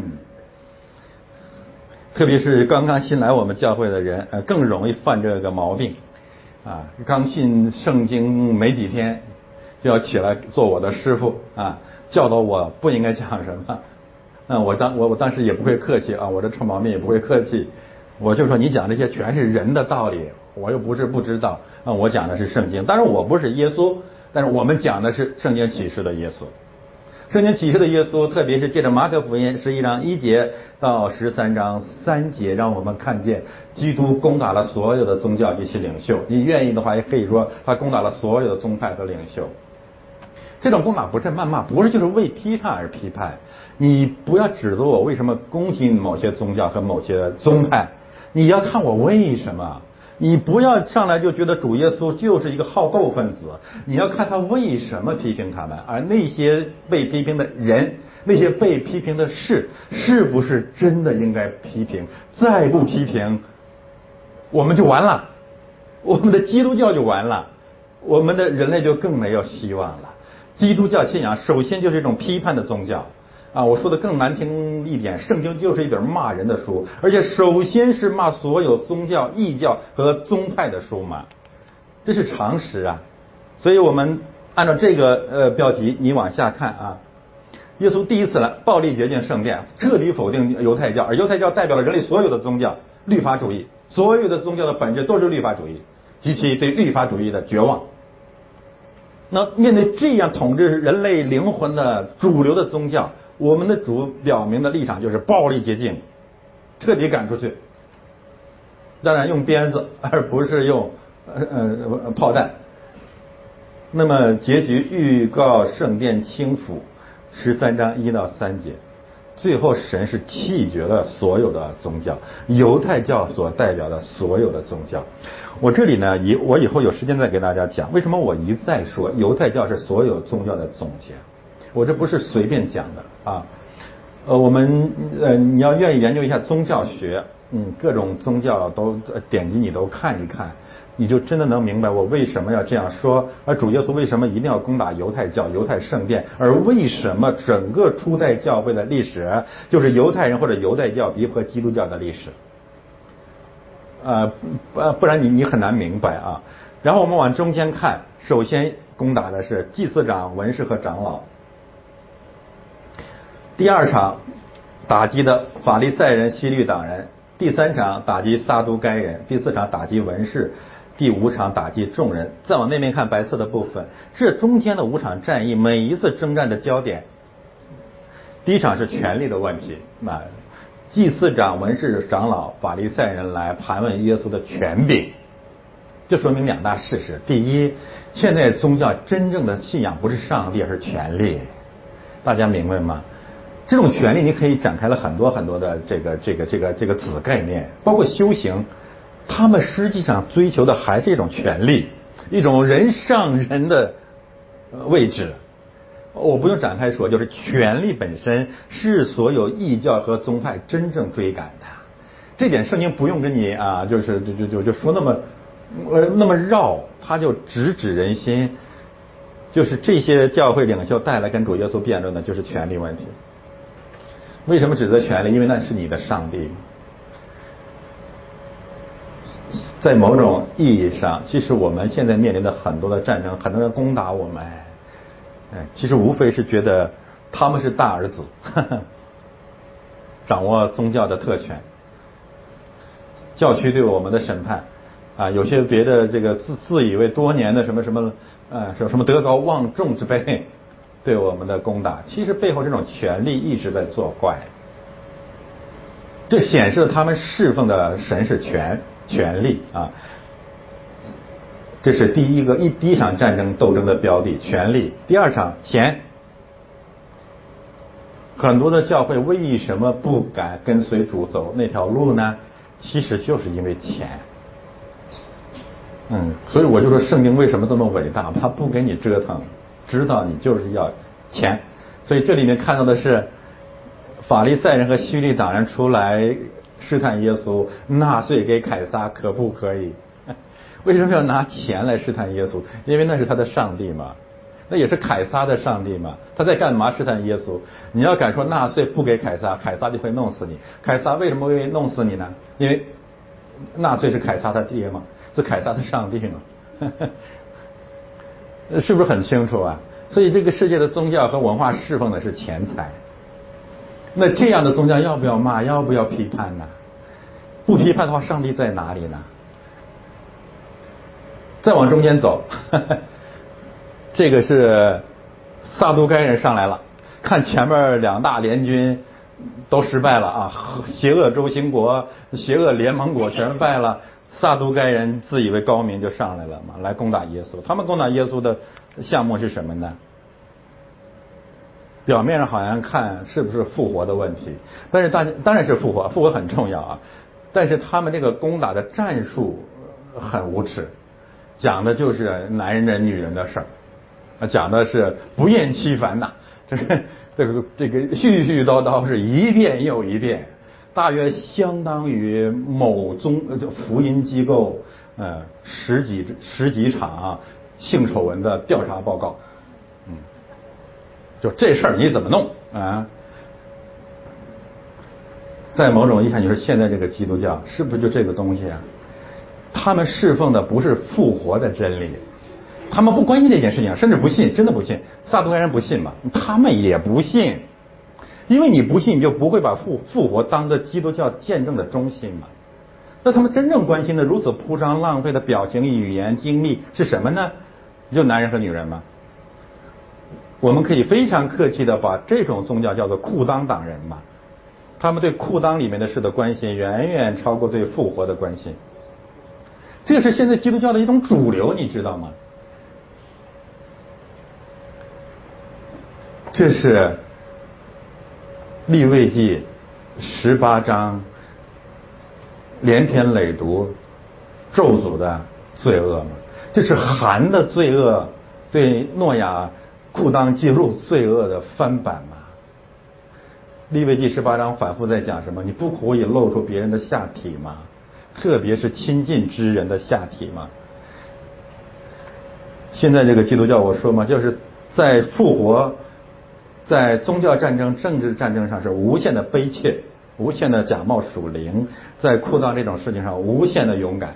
特别是刚刚新来我们教会的人，更容易犯这个毛病刚信圣经没几天，就要起来做我的师傅教导我不应该讲什么。我当时也不会客气我这臭毛病也不会客气，我就说你讲这些全是人的道理，我又不是不知道我讲的是圣经，当然我不是耶稣，但是我们讲的是圣经启示的耶稣。圣经启示的耶稣，特别是借着马可福音11章1节到13章3节，让我们看见基督攻打了所有的宗教及其领袖。你愿意的话，也可以说他攻打了所有的宗派和领袖。这种攻打不是谩骂，不是就是为批判而批判。你不要指责我为什么攻击某些宗教和某些宗派，你要看我为什么。你不要上来就觉得主耶稣就是一个好斗分子，你要看他为什么批评他们，而那些被批评的人，那些被批评的事，是不是真的应该批评？再不批评，我们就完了，我们的基督教就完了，我们的人类就更没有希望了。基督教信仰首先就是一种批判的宗教我说的更难听一点，圣经就是一本骂人的书，而且首先是骂所有宗教、异教和宗派的书嘛，这是常识所以我们按照这个标题你往下看耶稣第一次来暴力洁净圣殿，彻底否定犹太教，而犹太教代表了人类所有的宗教，律法主义，所有的宗教的本质都是律法主义及其对律法主义的绝望。那面对这样统治人类灵魂的主流的宗教，我们的主表明的立场就是暴力洁净，彻底赶出去，当然用鞭子而不是用炮弹。那么结局预告圣殿倾覆，13章1到3节，最后神是弃绝了所有的宗教，犹太教所代表的所有的宗教。我这里呢，我以后有时间再给大家讲为什么我一再说犹太教是所有宗教的总结，我这不是随便讲的我们你要愿意研究一下宗教学，各种宗教都典籍你都看一看，你就真的能明白我为什么要这样说，而主耶稣为什么一定要攻打犹太教、犹太圣殿，而为什么整个初代教会的历史就是犹太人或者犹太教逼迫基督教的历史。不然你很难明白然后我们往中间看，首先攻打的是祭司长、文士和长老。第二场打击的法利赛人、希律党人，第三场打击撒都该人，第四场打击文士，第五场打击众人。再往那边看白色的部分，这中间的5场战役，每一次征战的焦点，第一场是权力的问题祭司长、文士、长老、法利赛人来盘问耶稣的权柄，这说明2大事实。第一，现在宗教真正的信仰不是上帝，而是权力，大家明白吗？这种权力你可以展开了很多很多的这个子概念，包括修行，他们实际上追求的还是一种权力，一种人上人的位置。我不用展开说，就是权力本身是所有异教和宗派真正追赶的。这点圣经不用跟你就说那么绕，他就直指人心。就是这些教会领袖带来跟主耶稣辩论的就是权力问题。为什么指责权力？因为那是你的上帝。在某种意义上，其实我们现在面临的很多的战争，很多人攻打我们，其实无非是觉得他们是大儿子，掌握宗教的特权，教区对我们的审判有些别的这个自以为多年的什么德高望重之辈对我们的攻打，其实背后这种权力一直在作怪。这显示了他们侍奉的神是权力这是第一场战争斗争的标的，权力。第二场钱， 很多的教会为什么不敢跟随主走那条路呢？其实就是因为钱。所以我就说圣经为什么这么伟大，他不给你折腾，知道你就是要钱。所以这里面看到的是法利赛人和希律党人出来试探耶稣，纳税给凯撒可不可以？为什么要拿钱来试探耶稣？因为那是他的上帝嘛，那也是凯撒的上帝嘛。他在干嘛试探耶稣？你要敢说纳税不给凯撒，凯撒就会弄死你。凯撒为什么会弄死你呢？因为纳税是凯撒的爹嘛，是凯撒的上帝嘛。是不是很清楚啊？所以这个世界的宗教和文化侍奉的是钱财。那这样的宗教要不要骂？要不要批判呢？不批判的话，上帝在哪里呢？再往中间走，这个是撒都该人上来了，看前面两大联军都失败了啊，邪恶周兴国、邪恶联盟国全败了，撒都该人自以为高明就上来了嘛，来攻打耶稣。他们攻打耶稣的项目是什么呢？表面上好像看是不是复活的问题，但是当然是复活，复活很重要啊。但是他们这个攻打的战术很无耻，讲的就是男人女人的事儿，讲的是不厌其烦呐，这个絮絮叨叨是一遍又一遍，大约相当于某福音机构十几场性丑闻的调查报告。就这事儿你怎么弄啊？在某种意义上，你说现在这个基督教是不是就这个东西啊？他们侍奉的不是复活的真理，他们不关心这件事情，甚至不信，真的不信。撒都该人不信嘛，他们也不信，因为你不信，你就不会把复活当做基督教见证的中心嘛。那他们真正关心的如此铺张浪费的表情、语言、经历是什么呢？就男人和女人嘛。我们可以非常客气的把这种宗教叫做裤裆党人嘛，他们对裤裆里面的事的关心远远超过对复活的关心，这是现在基督教的一种主流，你知道吗？这是利未记18章连篇累牍咒诅的罪恶嘛，这是含的罪恶对诺亚裤裆记录罪恶的翻版嘛。利未记18章反复在讲什么？你不可以露出别人的下体嘛，特别是亲近之人的下体嘛。现在这个基督教我说嘛，就是在复活、在宗教战争、政治战争上是无限的悲切，无限的假冒属灵，在裤裆这种事情上无限的勇敢。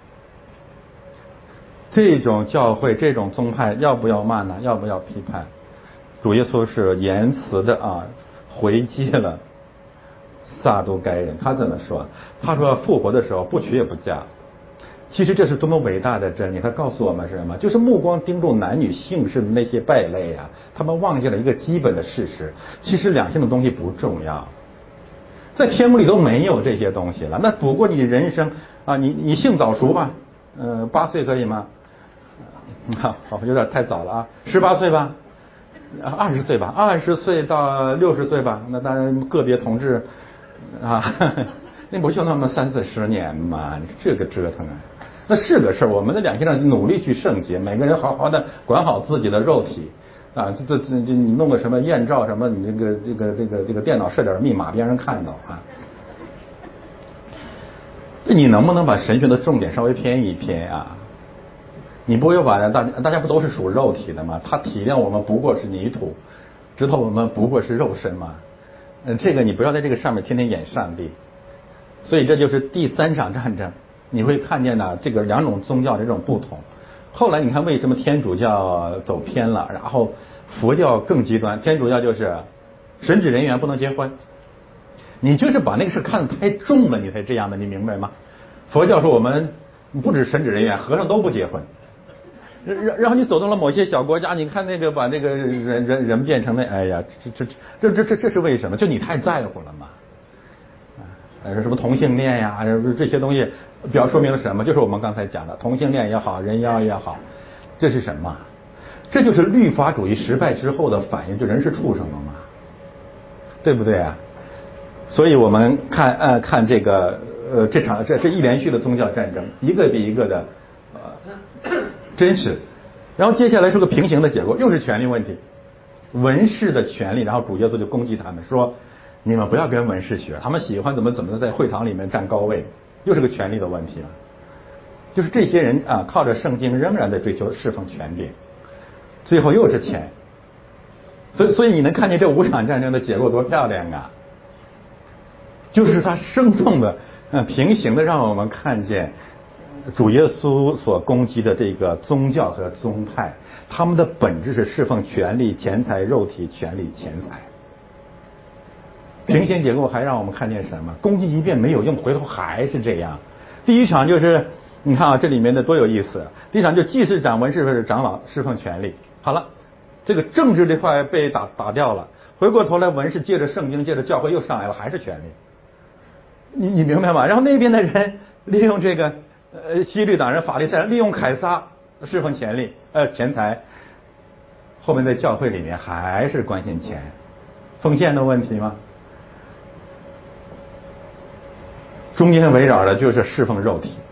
这种教会、这种宗派要不要骂呢？要不要批判？主耶稣是言辞的回击了撒都该人。他怎么说？他说复活的时候不娶也不嫁。其实这是多么伟大的真理！他告诉我们是什么？就是目光盯住男女性事的那些败类啊，他们忘记了一个基本的事实：其实两性的东西不重要，在天国里都没有这些东西了。那不过你人生你性早熟吧，8岁可以吗？好，有点太早了啊，18岁吧，20岁吧，20岁到60岁吧。那当然个别同志那不就那么30-40年嘛？你这个折腾啊，那是个事儿。我们在两性上努力去圣洁，每个人好好的管好自己的肉体这你弄个什么艳照什么，你这个电脑设点密码，别让人看到啊。你能不能把神学的重点稍微偏一偏啊？你不会把大家不都是属肉体的吗？他体谅我们不过是泥土，知道我们不过是肉身吗？这个你不要在这个上面天天演上帝。所以这就是第3场战争，你会看见呢这个两种宗教的这种不同。后来你看为什么天主教走偏了，然后佛教更极端。天主教就是神职人员不能结婚，你就是把那个事看得太重了，你才这样的，你明白吗？佛教说我们不止神职人员，和尚都不结婚。然后你走到了某些小国家，你看那个把那个人变成那，哎呀，这是为什么？就你太在乎了嘛。什么同性恋呀，这些东西表说明了什么？就是我们刚才讲的同性恋也好，人妖也好，这是什么？这就是律法主义失败之后的反应，就人是畜生了嘛。 对不对啊？所以我们看这个这一连续的宗教战争，一个比一个的真实。然后接下来是个平行的结果，又是权力问题，文士的权利，然后主耶稣就攻击他们说，你们不要跟文士学，他们喜欢怎么的在会堂里面占高位，又是个权力的问题了。就是这些人啊，靠着圣经仍然在追求侍奉权柄，最后又是钱。所以你能看见这5场战争的结构多漂亮啊！就是它生动的平行的让我们看见主耶稣所攻击的这个宗教和宗派，他们的本质是侍奉权力、钱财、肉体、权力、钱财。平行结构还让我们看见什么？攻击一遍没有用，回头还是这样。第一场就是你看啊，这里面的多有意思。第一场就祭司长、文士是长老侍奉权力，好了，这个政治这块被打掉了，回过头来文士借着圣经、借着教会又上来了，还是权力。你明白吗？然后那边的人利用这个希律党人、法利赛人利用凯撒侍奉权力钱财，后面在教会里面还是关心钱奉献的问题吗？中间围绕的就是侍奉肉体。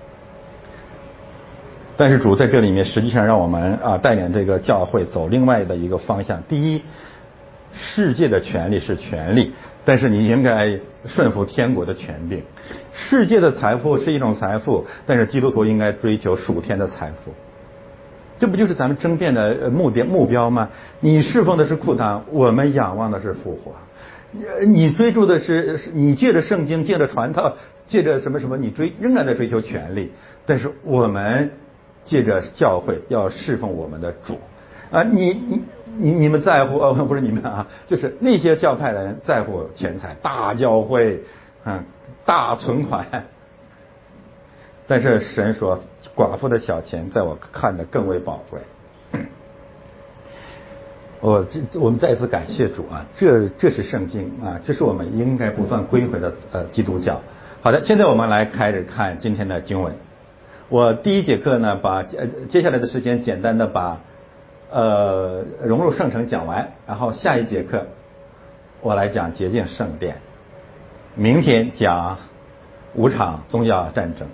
但是主在这里面实际上让我们带领这个教会走另外的一个方向。第一，世界的权利是权利，但是你应该顺服天国的权柄。世界的财富是一种财富，但是基督徒应该追求属天的财富。这不就是咱们争辩的目标吗？你侍奉的是库堂，我们仰望的是复活。你追逐的是你借着圣经，借着传道，借着什么，你仍然在追求权利，但是我们借着教会要侍奉我们的主啊！你们在乎不是你们啊，就是那些教派的人在乎钱财，大教会大存款。但是神说，寡妇的小钱在我看的更为宝贵。我们再次感谢主啊！这是圣经啊，这是我们应该不断归回的基督教。好的，现在我们来开始看今天的经文。我第一节课呢，把接下来的时间简单的把融入圣城讲完，然后下一节课我来讲洁净圣殿，明天讲5场宗教战争。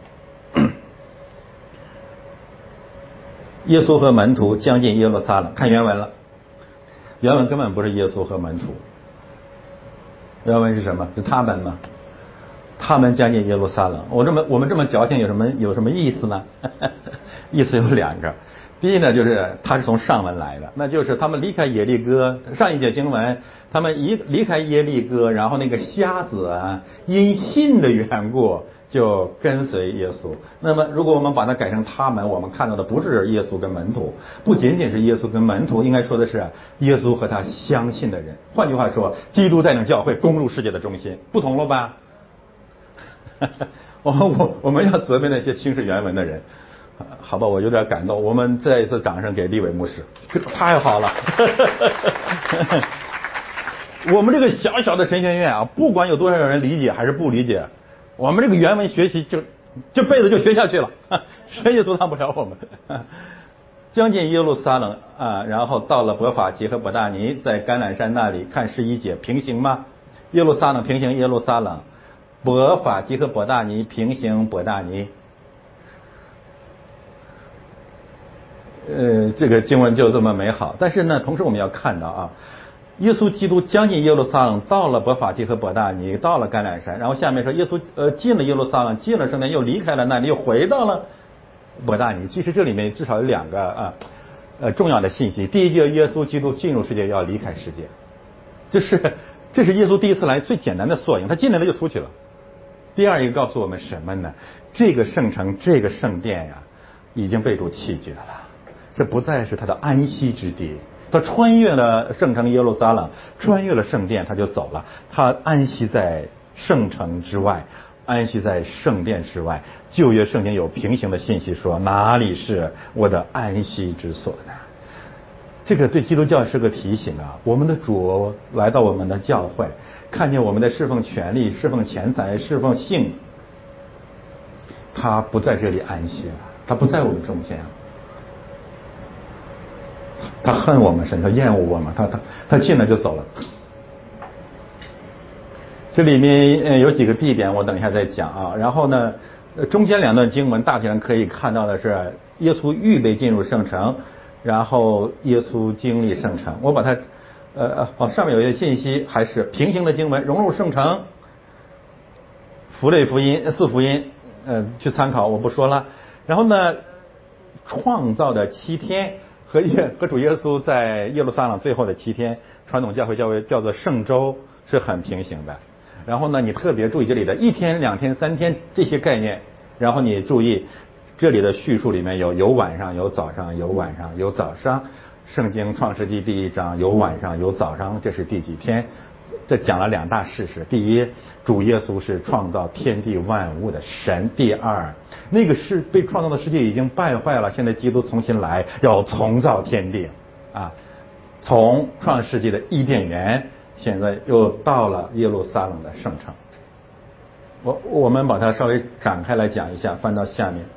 耶稣和门徒将近耶路撒冷，看原文了。原文根本不是耶稣和门徒，原文是什么？是他们吗？他们将近耶路撒冷。我们这么矫情有什么意思呢？意思有2个。第一呢，就是他是从上文来的，那就是他们离开耶利哥。上一节经文，他们离开耶利哥，然后那个瞎子啊，因信的缘故就跟随耶稣。那么如果我们把它改成他们，我们看到的不是耶稣跟门徒，不仅仅是耶稣跟门徒，应该说的是耶稣和他相信的人。换句话说，基督带领教会攻入世界的中心，不同了吧？我们要责备那些轻视原文的人。好吧，我有点感动。我们再一次掌声给立伟牧师，太好了！我们这个小小的神学院啊，不管有多少人理解还是不理解，我们这个原文学习就这辈子就学下去了，谁也阻挡不了我们。将近耶路撒冷啊，然后到了伯法其和伯大尼，在橄榄山那里看11节，平行吗？耶路撒冷平行耶路撒冷，伯法其和伯大尼平行伯大尼。这个经文就这么美好，但是呢，同时我们要看到啊，耶稣基督将近耶路撒冷，到了伯法其和伯大尼，到了橄榄山，然后下面说耶稣进了耶路撒冷，进了圣殿，又离开了那里，又回到了伯大尼。其实这里面至少有2个重要的信息。第一，就是耶稣基督进入世界要离开世界，这是耶稣第一次来最简单的缩影，他进来了就出去了。第二一个告诉我们什么呢？这个圣城，这个圣殿呀，已经被主弃绝了。这不再是他的安息之地，他穿越了圣城耶路撒冷，穿越了圣殿，他就走了。他安息在圣城之外，安息在圣殿之外。旧约圣经有平行的信息说，哪里是我的安息之所呢？这个对基督教是个提醒啊！我们的主来到我们的教会，看见我们在侍奉权力、侍奉钱财、侍奉性，他不在这里安息了，他不在我们中间。他恨我们，神，他厌恶我们，他进来就走了。 这里面有几个地点，我等一下再讲啊。然后呢，中间两段经文大体上可以看到的是耶稣预备进入圣城，然后耶稣经历圣城。我把它上面有一些信息还是平行的经文，融入圣城，符类福音四福音去参考，我不说了。然后呢，创造的7天和主耶稣在耶路撒冷最后的7天，传统教会叫做圣周，是很平行的。然后呢，你特别注意这里的1天、2天、3天这些概念，然后你注意这里的叙述里面有晚上、有早上、有晚上、有早上。圣经创世纪第1章有晚上有早上，这是第几天？这讲了2大事实。第一，主耶稣是创造天地万物的神。第二，那个是被创造的世界已经败坏了，现在基督重新来，要重造天地啊！从创世纪的伊甸园，现在又到了耶路撒冷的圣城。我们把它稍微展开来讲一下，翻到下面。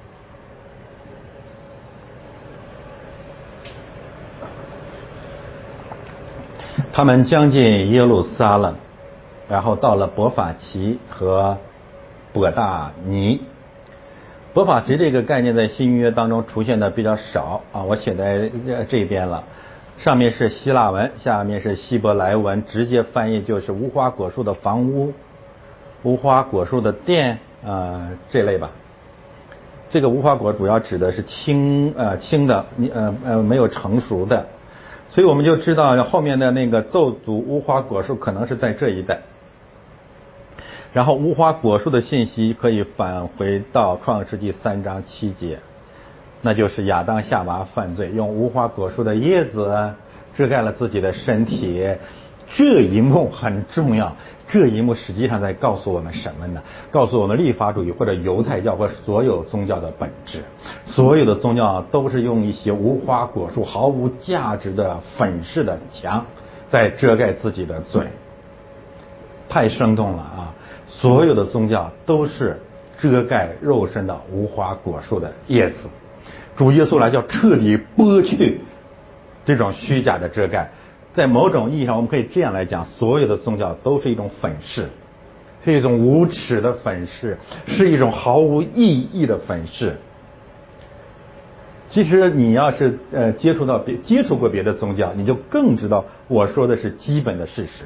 他们将近耶路撒冷，然后到了伯法其和伯大尼。伯法其这个概念在新约当中出现的比较少啊，我写在这边了。上面是希腊文，下面是希伯来文，直接翻译就是无花果树的房屋、无花果树的殿这类吧。这个无花果主要指的是青的没有成熟的。所以我们就知道后面的那个咒诅无花果树可能是在这一带。然后无花果树的信息可以返回到创世纪3章7节，那就是亚当夏娃犯罪，用无花果树的叶子遮盖了自己的身体。这一幕很重要，这一幕实际上在告诉我们什么呢？告诉我们律法主义或者犹太教或所有宗教的本质。所有的宗教都是用一些无花果树毫无价值的粉饰的墙在遮盖自己的罪。太生动了啊！所有的宗教都是遮盖肉身的无花果树的叶子。主耶稣来要彻底剥去这种虚假的遮盖。在某种意义上，我们可以这样来讲，所有的宗教都是一种粉饰，是一种无耻的粉饰，是一种毫无意义的粉饰。其实你要是接触过别的宗教，你就更知道我说的是基本的事实。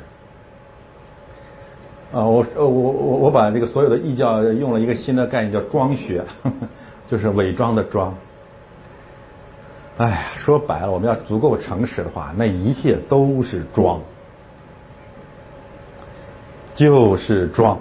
我把这个所有的异教用了一个新的概念叫装学，就是伪装的装。哎呀，说白了，我们要足够诚实的话，那一切都是装，就是装。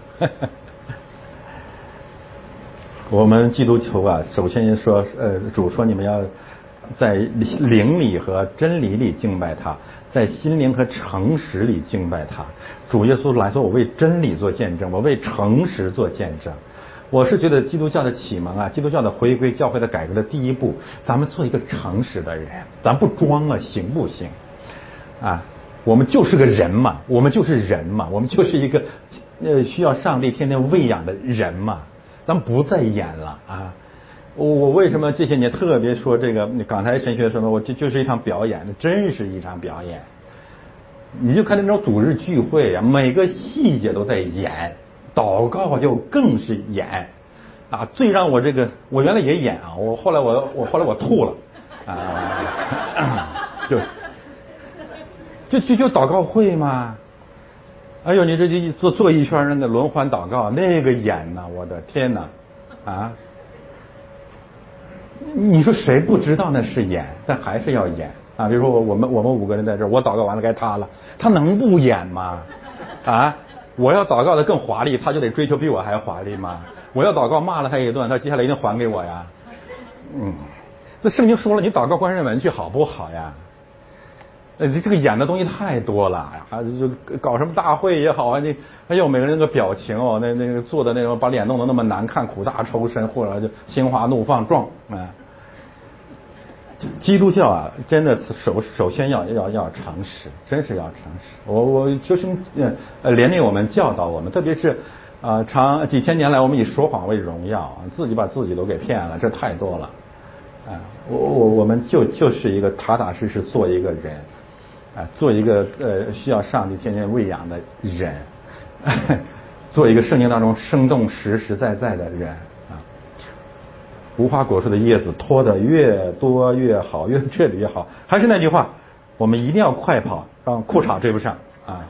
我们基督徒啊，首先说，主说你们要在灵里和真理里敬拜他，在心灵和诚实里敬拜他。主耶稣来说，我为真理做见证，我为诚实做见证。我是觉得基督教的启蒙啊，基督教的回归，教会的改革的第一步，咱们做一个诚实的人，咱不装了，行不行？啊，我们就是个人嘛，我们就是人嘛，我们就是一个需要上帝天天喂养的人嘛，咱们不再演了啊！我为什么这些年特别说这个港台神学说呢？我这就是一场表演，真是一场表演。你就看那种主日聚会啊，每个细节都在演。祷告就更是演啊！最让我我原来也演啊，后来我吐了啊，就祷告会嘛。哎呦，你这做一圈那个轮环祷告，那个演呐，我的天哪啊！你说谁不知道那是演，但还是要演啊？比如说我们5个人在这儿，我祷告完了该他了，他能不演吗？啊？我要祷告的更华丽，他就得追求比我还华丽吗？我要祷告骂了他一顿，他接下来一定还给我呀。那圣经说了，你祷告关上门去好不好呀？这个演的东西太多了呀，就搞什么大会也好啊，哎呦每个人那个表情哦，那个做的那种把脸弄得那么难看，苦大仇深，或者就心花怒放壮啊。基督教啊，真的首先要诚实，真是要诚实。我就是怜悯我们，教导我们，特别是几千年来，我们以说谎为荣耀，自己把自己都给骗了，这太多了。我们就是一个踏踏实实做一个人，做一个需要上帝天天喂养的人。 做一个圣经当中生动实实在在的人啊。无花果树的叶子脱得越多越好，越彻底越好。还是那句话，我们一定要快跑，让裤衩追不上啊。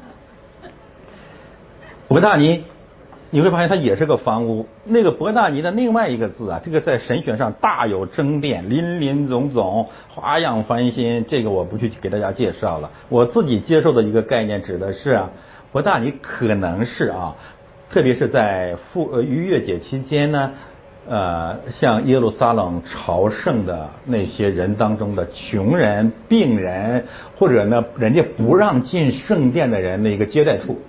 伯大尼，你会发现它也是个房屋。那个伯大尼的另外一个字啊，这个在神学上大有争辩，林林总总，花样翻新，这个我不去给大家介绍了。我自己接受的一个概念指的是啊，伯大尼可能是啊，特别是在逾越节期间呢，向耶路撒冷朝圣的那些人当中的穷人、病人，或者呢人家不让进圣殿的人的一个接待处。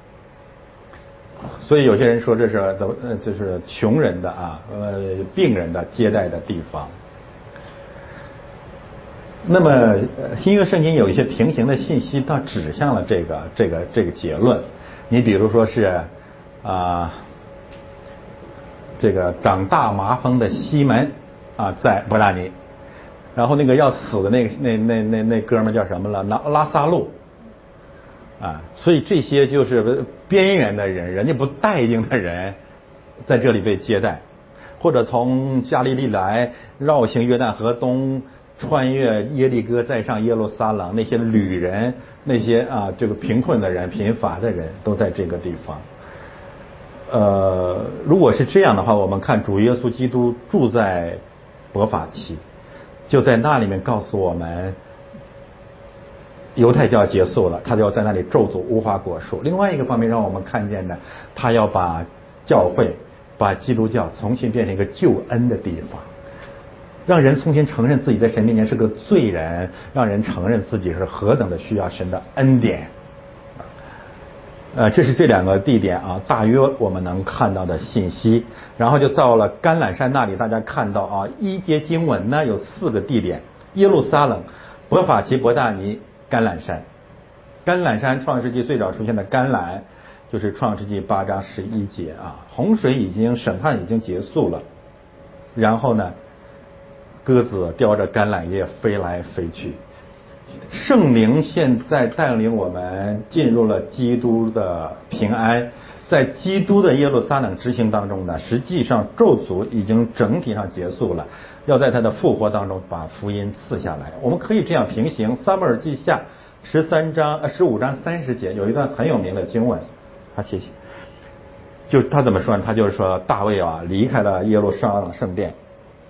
所以有些人说这是就是穷人的病人的接待的地方。那么新约圣经有一些平行的信息，它指向了这个结论。你比如说是这个长大麻风的西门在伯大尼，然后那个要死的那哥们叫什么了？拉撒路所以这些就是边缘的人，人家不待见的人，在这里被接待，或者从加利利来绕行约旦河东，穿越耶利哥再上耶路撒冷，那些旅人，那些这个贫困的人、贫乏的人都在这个地方。如果是这样的话，我们看主耶稣基督住在伯法其，就在那里面告诉我们，犹太教结束了，他就要在那里咒诅无花果树。另外一个方面让我们看见的，他要把教会、把基督教重新变成一个救恩的地方，让人重新承认自己在神面前是个罪人，让人承认自己是何等的需要神的恩典。这是这两个地点大约我们能看到的信息。然后就到了橄榄山那里，大家看到一节经文呢有4个地点：耶路撒冷、伯法其、伯大尼、橄榄山。橄榄山，创世纪最早出现的橄榄，就是创世纪8章11节洪水审判已经结束了，然后呢，鸽子叼着橄榄叶飞来飞去。圣灵现在带领我们进入了基督的平安，在基督的耶路撒冷之行当中呢，实际上咒诅已经整体上结束了，要在他的复活当中把福音赐下来。我们可以这样平行，撒母耳记下15章30节有一段很有名的经文，谢谢。就他怎么说呢？他就是说大卫离开了耶路撒冷圣殿，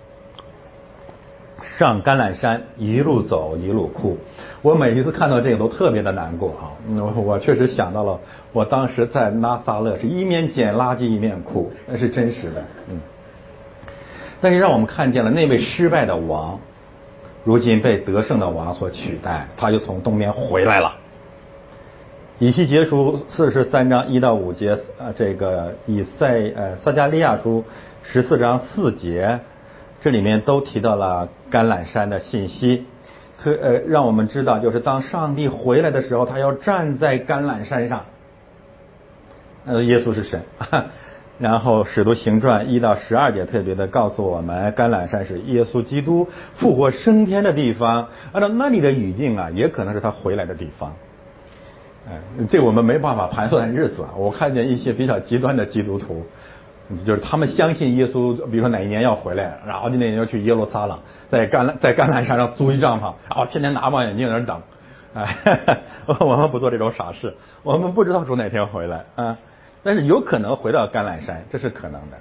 上橄榄山，一路走一路哭。我每一次看到这个都特别的难过我确实想到了我当时在拿撒勒是一面捡垃圾一面哭，那是真实的。但是让我们看见了那位失败的王，如今被得胜的王所取代，他就从东边回来了。以西结书43章1到5节，这个撒迦利亚书14章4节，这里面都提到了橄榄山的信息，让我们知道，就是当上帝回来的时候，他要站在橄榄山上。耶稣是神。然后使徒行传1到12节特别的告诉我们，橄榄山是耶稣基督复活升天的地方。按照那里的语境也可能是他回来的地方。这我们没办法盘算日子我看见一些比较极端的基督徒，就是他们相信耶稣，比如说哪一年要回来，然后就那年要去耶路撒冷，在橄榄山上租一帐篷，然后天天拿望远镜在那等。我们不做这种傻事，我们不知道主哪天回来但是有可能回到橄榄山，这是可能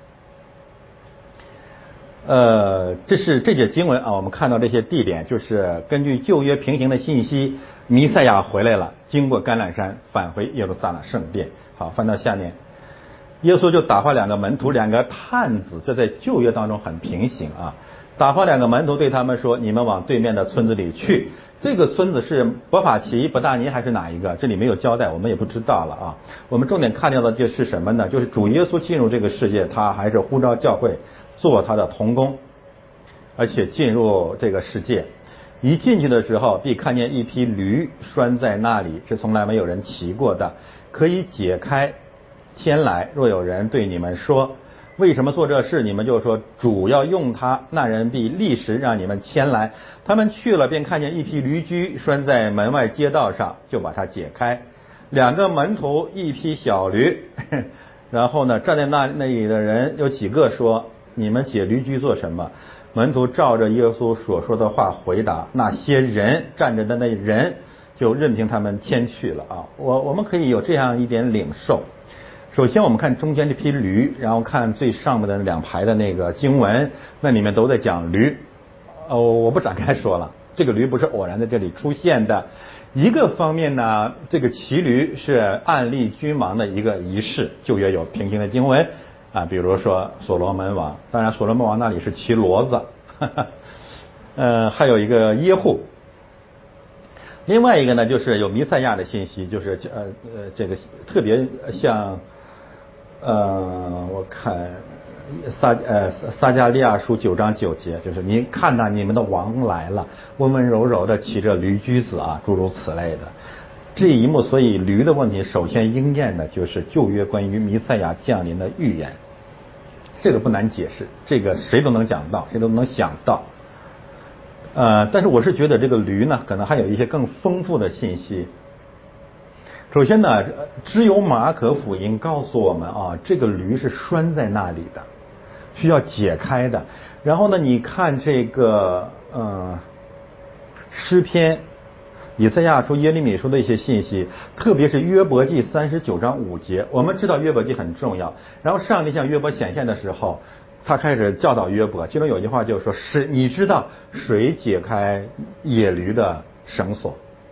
的。这是这节经文我们看到这些地点，就是根据旧约平行的信息，弥赛亚回来了，经过橄榄山返回耶路撒冷圣殿。好，翻到下面，耶稣就打发2个门徒，2个探子，这在旧约当中很平行打发2个门徒对他们说，你们往对面的村子里去。这个村子是伯法其、伯大尼还是哪一个？这里没有交代，我们也不知道了我们重点看到的就是什么呢？就是主耶稣进入这个世界，他还是呼召教会做他的同工，而且进入这个世界，一进去的时候必看见一匹驴拴在那里，是从来没有人骑过的，可以解开牵来。若有人对你们说，为什么做这事？你们就说，主要用它，那人必立时让你们牵来。他们去了，便看见一匹驴驹拴在门外街道上，就把它解开。 2个门徒一匹小驴，然后呢，站在那里的人有几个说：“你们解驴驹做什么？”门徒照着耶稣所说的话回答，那些人站着的那人就任凭他们牵去了啊。我们可以有这样一点领受。首先我们看中间这匹驴，然后看最上面的2排的那个经文，那里面都在讲驴。我不展开说了，这个驴不是偶然在这里出现的。一个方面呢，这个骑驴是案例君王的一个仪式，旧约有平行的经文啊，比如说所罗门王，当然所罗门王那里是骑骡子，还有一个耶户。另外一个呢，就是有弥赛亚的信息，就是这个特别像我看撒迦利亚书9章9节，就是你看呐，你们的王来了，温温柔柔的骑着驴驹子啊，诸如此类的这一幕。所以驴的问题首先应验的就是旧约关于弥赛亚降临的预言，这个不难解释，这个谁都能讲到，谁都能想到。但是我是觉得这个驴呢，可能还有一些更丰富的信息。首先呢，只有马可福音告诉我们啊，这个驴是拴在那里的，需要解开的。然后呢，你看这个诗篇、以赛亚书、耶利米书的一些信息，特别是约伯记39章5节。我们知道约伯记很重要，然后上帝向约伯显现的时候，他开始教导约伯，其中有一句话就是说：你知道谁解开野驴的绳索？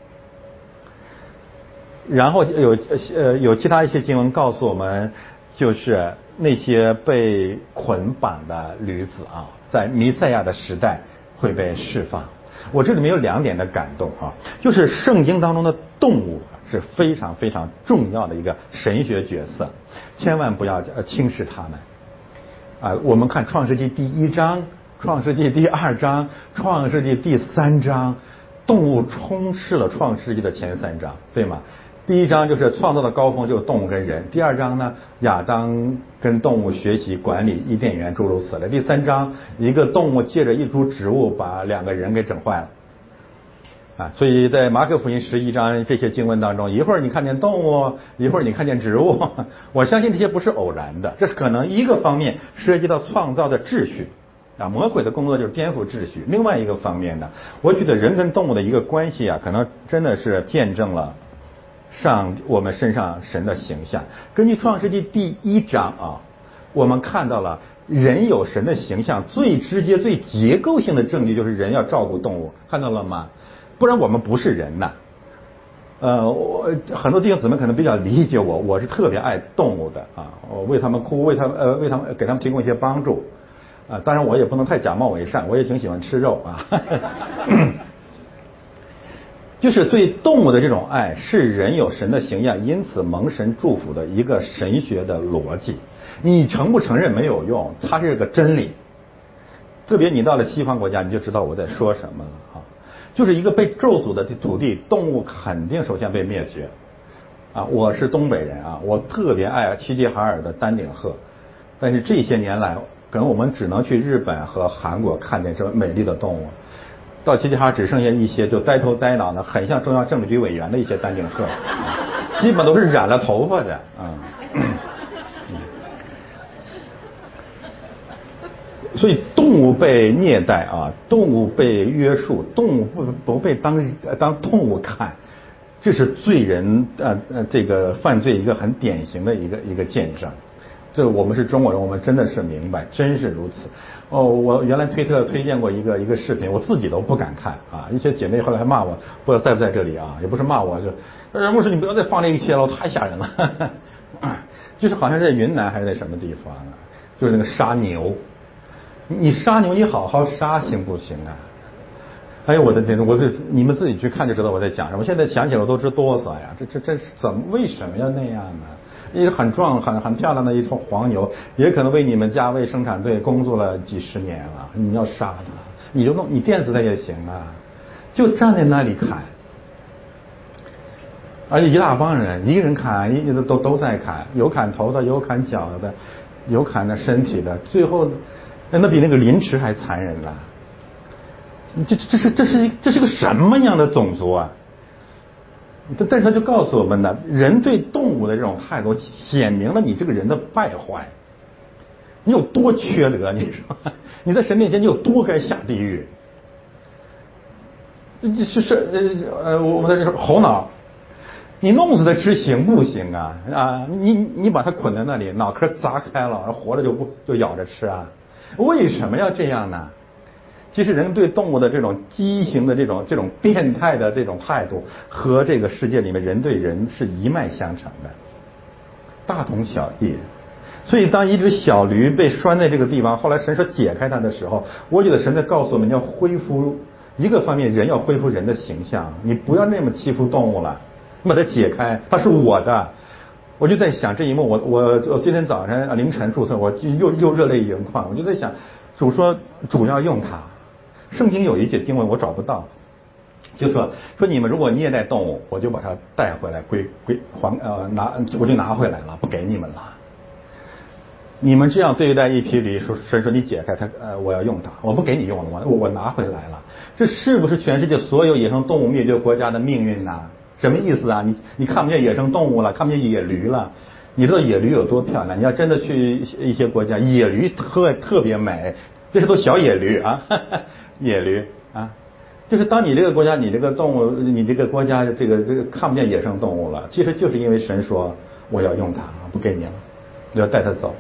然后有其他一些经文告诉我们，就是那些被捆绑的驴子啊，在弥赛亚的时代会被释放。我这里面有2点的感动啊，就是圣经当中的动物是非常非常重要的一个神学角色，千万不要轻视他们啊。我们看创世纪第1章、创世纪第2章、创世纪第3章，动物充斥了创世纪的前3章，对吗？第1章就是创造的高峰，就是动物跟人。第2章呢，亚当跟动物学习管理伊甸园，诸如此类。第3章，一个动物借着一株植物把2个人给整坏了啊！所以在马可福音11章这些经文当中，一会儿你看见动物，一会儿你看见植物，我相信这些不是偶然的，这是可能一个方面涉及到创造的秩序啊，魔鬼的工作就是颠覆秩序。另外一个方面呢，我觉得人跟动物的一个关系啊，可能真的是见证了我们身上神的形象。根据创世纪第1章啊，我们看到了人有神的形象，最直接最结构性的证据就是人要照顾动物，看到了吗？不然我们不是人呐。很多弟兄姊妹可能比较理解我是特别爱动物的啊，我为他们哭，为他们给他们提供一些帮助啊。当然我也不能太假冒伪善，我也挺喜欢吃肉啊。就是对动物的这种爱是人有神的形象，因此蒙神祝福的一个神学的逻辑。你承不承认没有用，它是个真理。特别你到了西方国家，你就知道我在说什么了啊！就是一个被咒诅的土地，动物肯定首先被灭绝啊！我是东北人啊，我特别爱齐齐哈尔的丹顶鹤，但是这些年来，可能我们只能去日本和韩国看见这么美丽的动物。到齐齐哈尔只剩下一些就呆头呆脑的，很像中央政治局委员的一些丹顶鹤，基本都是染了头发的啊。所以动物被虐待啊，动物被约束，动物不被当动物看，这是罪人这个犯罪一个很典型的一个见证。这我们是中国人，我们真的是明白，真是如此。我原来推特推荐过一个视频，我自己都不敢看啊。一些姐妹后来还骂我，不知道在不在这里啊？也不是骂我，就牧师你不要再放这一些了，太吓人了。就是好像在云南还是在什么地方啊，就是那个杀牛。你杀牛，你好好杀行不行啊？哎呦我的天，你们自己去看就知道我在讲什么。现在想起来我都直哆嗦呀，这怎么为什么要那样呢？一个很壮很漂亮的一头黄牛，也可能为你们家为生产队工作了几十年了，你要杀它，你电死它也行啊，就站在那里砍，而且一大帮人，一个人砍，都在砍，有砍头的，有砍脚的，有砍的身体的，最后那比那个凌迟还残忍了。这是个什么样的种族啊？ 但是他就告诉我们呢，人对动物的这种态度，显明了你这个人的败坏，你有多缺德，你说你在神面前你有多该下地狱。我在这说猴脑，你弄死它吃行不行啊？你把它捆在那里，脑壳砸开了，活着就咬着吃啊？为什么要这样呢？其实人对动物的这种畸形的这种变态的这种态度，和这个世界里面人对人是一脉相承的，大同小异。所以当一只小驴被拴在这个地方，后来神说解开它的时候，我觉得神在告诉我们要恢复一个方面，人要恢复人的形象，你不要那么欺负动物了，你把它解开，它是我的。我就在想这一幕，我今天早上凌晨注册，我又热泪盈眶，我就在想，主说主要用它。圣经有一节经文我找不到，就说你们如果虐待动物，我就把它带回来我就拿回来了，不给你们了。你们这样对待一匹驴，神说你解开它，我要用它，我不给你用了，我拿回来了。这是不是全世界所有野生动物灭绝国家的命运呢？什么意思啊？你看不见野生动物了，看不见野驴了。你知道野驴有多漂亮？你要真的去一些国家，野驴特别美，这是都小野驴啊，野驴啊，就是当你这个国家，你这个动物，你这个国家这个看不见野生动物了，其实就是因为神说我要用它，不给你了，我要带它走。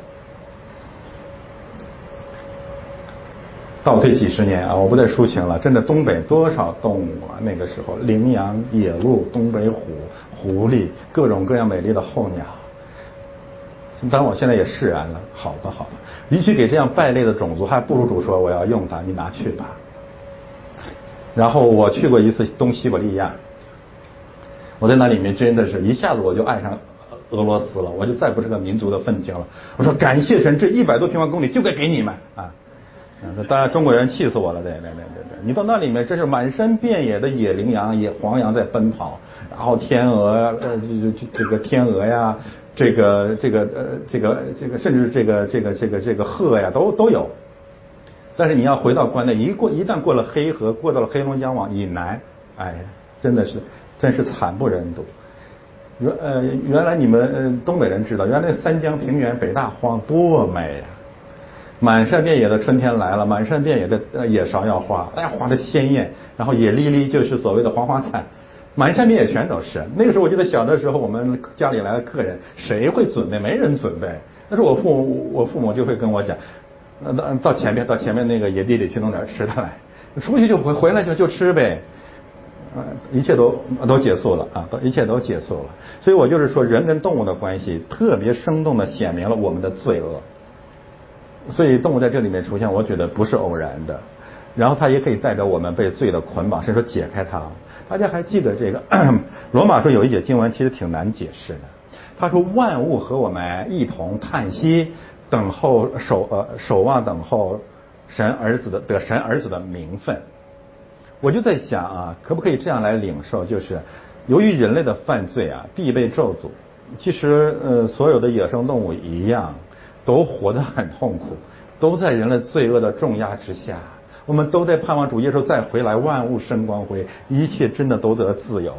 倒退几十年啊，我不再抒情了。真的，东北多少动物啊！那个时候，羚羊、野鹿、东北虎、狐狸，各种各样美丽的候鸟。当然，我现在也释然了。好吧，与其给这样败类的种族，还不如主说我要用它，你拿去吧。然后我去过一次东西伯利亚，我在那里面真的是一下子我就爱上俄罗斯了，我就再不是个民族的愤青了。我说感谢神，这100多平方公里就该给你们啊！当然中国人气死我了，对，你到那里面，这是满山遍野的野羚羊、野黄羊在奔跑，然后天鹅，这个天鹅呀，这个甚至这个鹤呀，都有。但是你要回到关内，一旦过了黑河，过到了黑龙江往以南，哎，真是惨不忍睹。原来你们东北人知道，原来三江平原北大荒多美啊！满山遍野的春天来了，满山遍野的野芍药花，哎呀，花的鲜艳，然后野莉莉就是所谓的黄花菜，满山遍野全都是。那个时候我记得小的时候，我们家里来的客人，谁会准备？没人准备。但是我父母就会跟我讲，到前面那个野地里去弄点吃的来，出去就回来就吃呗。一切都结束了啊，一切都结束了。所以我就是说，人跟动物的关系特别生动的显明了我们的罪恶。所以动物在这里面出现，我觉得不是偶然的。然后它也可以代表我们被罪的捆绑，甚至说解开它。大家还记得这个罗马书有一节经文其实挺难解释的。他说万物和我们一同叹息，等候守望等候神儿子的名分。我就在想啊，可不可以这样来领受，就是由于人类的犯罪啊，必被咒诅。其实所有的野生动物一样，都活得很痛苦，都在人类罪恶的重压之下。我们都在盼望主耶稣再回来，万物生光辉，一切真的都得自由。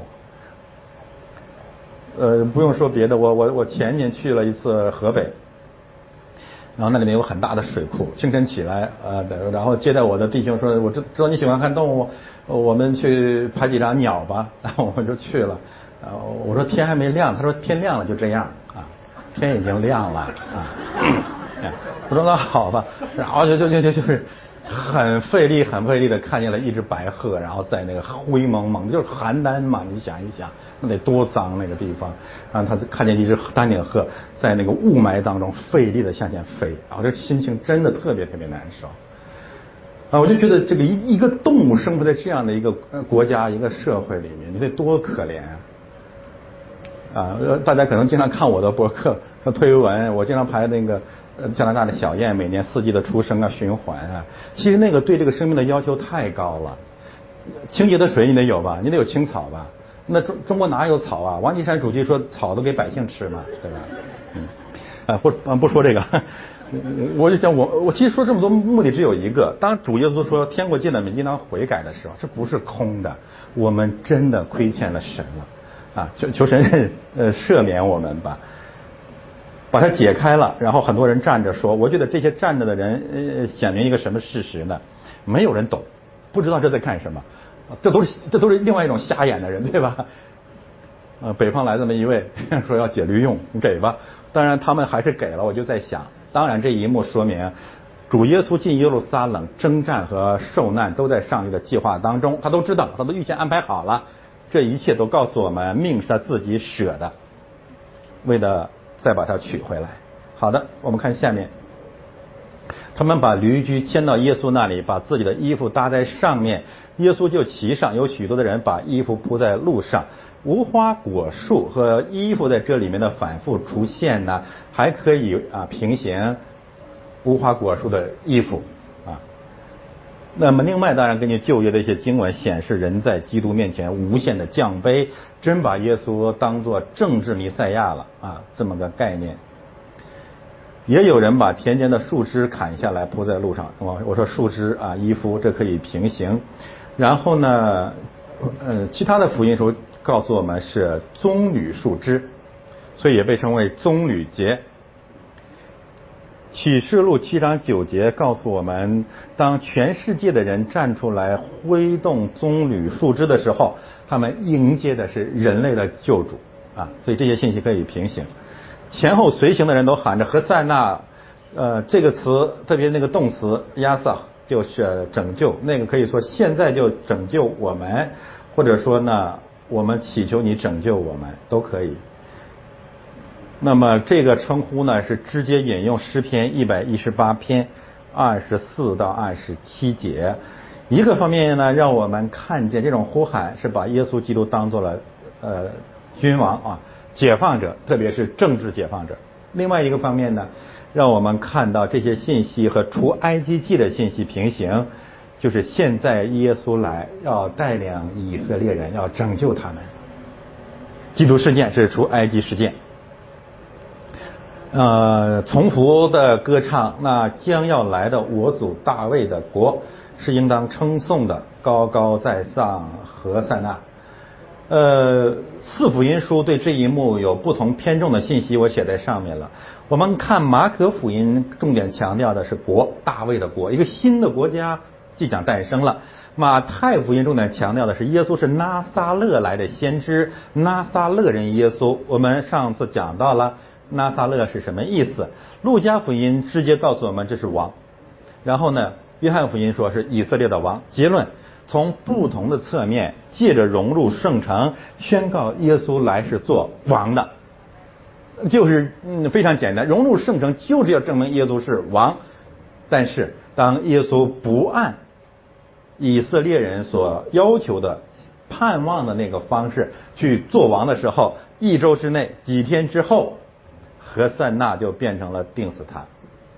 不用说别的，我前年去了一次河北，然后那里面有很大的水库，清晨起来然后接待我的弟兄说，我知道你喜欢看动物，我们去拍几张鸟吧。然后我就去了。我说天还没亮，他说天亮了就这样啊，天已经亮了啊。我说那好吧，然后就是很费力的看见了一只白鹤，然后在那个灰蒙蒙，就是邯郸嘛，你想一想那得多脏那个地方。然后他看见一只丹顶鹤在那个雾霾当中费力的向前飞，然后这心情真的特别难受啊！我就觉得这个一个动物生活在这样的一个国家一个社会里面，你得多可怜啊！大家可能经常看我的博客和推文，我经常排那个加拿大的小雁每年4季的出生啊循环啊，其实那个对这个生命的要求太高了。清洁的水你得有吧，你得有青草吧，那中国哪有草啊？王岐山主席说草都给百姓吃嘛，对吧？不说这个，我就想我其实说这么多目的只有一个，当主耶稣说天国近了，你应当悔改的时候，这不是空的，我们真的亏欠了神了。 啊，求神赦免我们吧，把它解开了。然后很多人站着说，我觉得这些站着的人显明一个什么事实呢？没有人懂，不知道这在干什么，这都是另外一种瞎眼的人，对吧？北方来这么一位说要解律用，你给吧。当然他们还是给了。我就在想，当然这一幕说明主耶稣进耶路撒冷征战和受难都在上帝的计划当中，他都知道，他都预先安排好了。这一切都告诉我们，命是他自己舍的，为了再把他取回来。好的，我们看下面，他们把驴驹牵到耶稣那里，把自己的衣服搭在上面，耶稣就骑上。有许多的人把衣服铺在路上。无花果树和衣服在这里面的反复出现呢，还可以平行无花果树的衣服啊。那么另外当然根据旧约的一些经文显示，人在基督面前无限的降卑，真把耶稣当作政治弥赛亚了啊，这么个概念。也有人把田间的树枝砍下来铺在路上，我说树枝啊，衣服这可以平行。然后呢其他的福音书告诉我们是棕榈树枝，所以也被称为棕榈节。启示录7章9节告诉我们，当全世界的人站出来挥动棕榈树枝的时候，他们迎接的是人类的救主啊，所以这些信息可以平行。前后随行的人都喊着何塞纳，这个词特别那个动词亚萨就是拯救，那个可以说现在就拯救我们，或者说呢我们祈求你拯救我们都可以。那么这个称呼呢是直接引用诗篇118篇24到27节。一个方面呢，让我们看见这种呼喊是把耶稣基督当作了君王啊，解放者，特别是政治解放者。另外一个方面呢，让我们看到这些信息和出埃及记的信息平行，就是现在耶稣来要带领以色列人，要拯救他们。基督事件是出埃及事件。从福的歌唱，那将要来的我祖大卫的国是应当称颂的，高高在上何塞纳。四福音书对这一幕有不同偏重的信息，我写在上面了。我们看马可福音，重点强调的是国，大卫的国，一个新的国家即将诞生了。马太福音重点强调的是耶稣是拿撒勒来的先知，拿撒勒人耶稣。我们上次讲到了拿撒勒是什么意思。路加福音直接告诉我们这是王，然后呢约翰福音说是以色列的王。结论从不同的侧面借着融入圣城宣告耶稣来是做王的，就是非常简单，融入圣城就是要证明耶稣是王。但是当耶稣不按以色列人所要求的盼望的那个方式去做王的时候，1周之内几天之后，何塞纳就变成了定死他。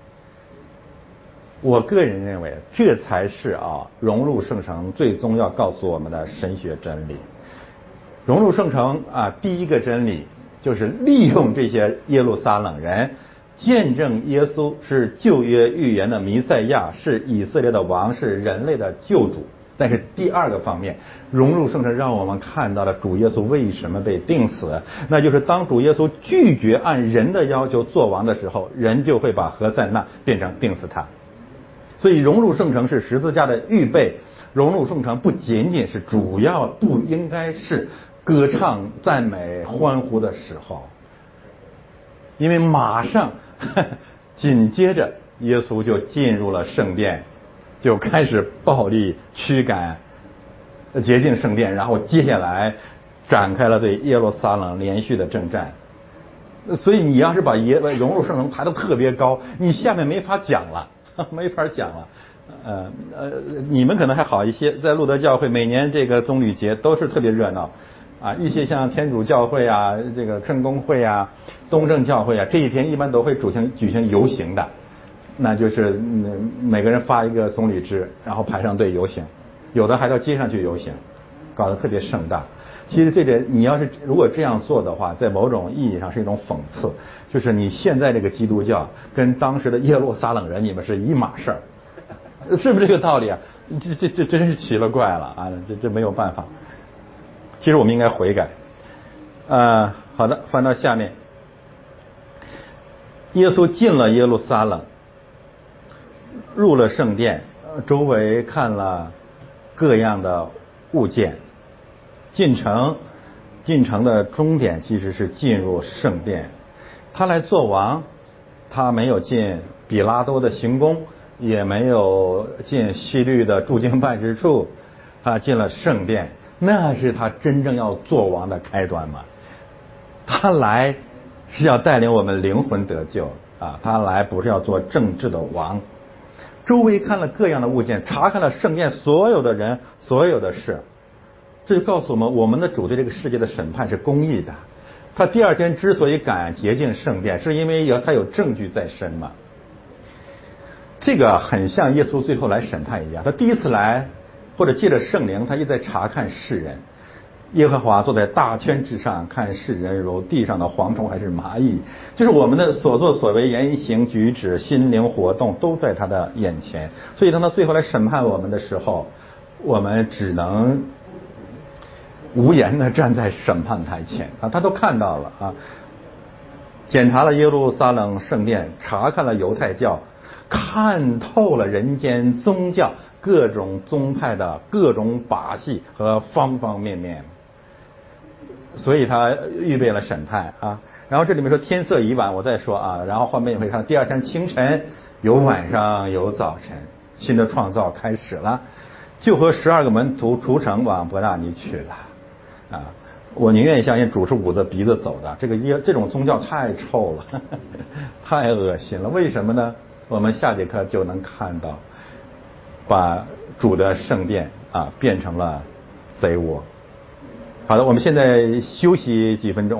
我个人认为这才是融入圣城最终要告诉我们的神学真理。融入圣城第一个真理就是利用这些耶路撒冷人见证耶稣是旧约预言的弥赛亚，是以色列的王，是人类的救主。但是第二个方面，融入圣城让我们看到了主耶稣为什么被钉死，那就是当主耶稣拒绝按人的要求做王的时候，人就会把何塞纳变成钉死他。所以融入圣城是十字架的预备，融入圣城不仅仅是主要，不应该是歌唱赞美欢呼的时候，因为马上紧接着耶稣就进入了圣殿，就开始暴力驱赶洁净圣殿，然后接下来展开了对耶路撒冷连续的征战。所以你要是把融入圣城抬得特别高，你下面没法讲了，没法讲了。你们可能还好一些，在路德教会每年这个棕榈节都是特别热闹一些像天主教会这个圣公会东正教会这一天一般都会举行游行的，那就是每个人发一个棕榈枝，然后排上队游行，有的还到街上去游行，搞得特别盛大。其实这点你要是如果这样做的话，在某种意义上是一种讽刺，就是你现在这个基督教跟当时的耶路撒冷人你们是一码事儿，是不是这个道理这真是奇了怪了这没有办法。其实我们应该悔改。 好的，翻到下面。耶稣进了耶路撒冷，入了圣殿，周围看了各样的物件。进城的终点其实是进入圣殿。他来做王，他没有进比拉多的行宫，也没有进希律的驻京办事处，他进了圣殿，那是他真正要做王的开端嘛。他来是要带领我们灵魂得救啊，他来不是要做政治的王。周围看了各样的物件，查看了圣殿所有的人所有的事，这就告诉我们，我们的主对这个世界的审判是公义的。他第二天之所以敢洁净圣殿，是因为他有证据在身嘛。这个很像耶稣最后来审判一样，他第一次来或者借着圣灵，他一直在查看世人。耶和华坐在大圈之上，看世人如地上的蝗虫还是蚂蚁，就是我们的所作所为、言行举止、心灵活动都在他的眼前。所以当他最后来审判我们的时候，我们只能无言的站在审判台前啊，他都看到了啊，检查了耶路撒冷圣殿，查看了犹太教，看透了人间宗教各种宗派的各种把戏和方方面面，所以他预备了审判啊。然后这里面说天色已晚，我再说啊，然后后面也会看第二天清晨，有晚上有早晨，新的创造开始了，就和12个门徒出城往伯大尼去了啊。我宁愿相信主是捂着鼻子走的，这种宗教太臭了，太恶心了。为什么呢？我们下节课就能看到，把主的圣殿变成了贼窝。好的，我们现在休息几分钟。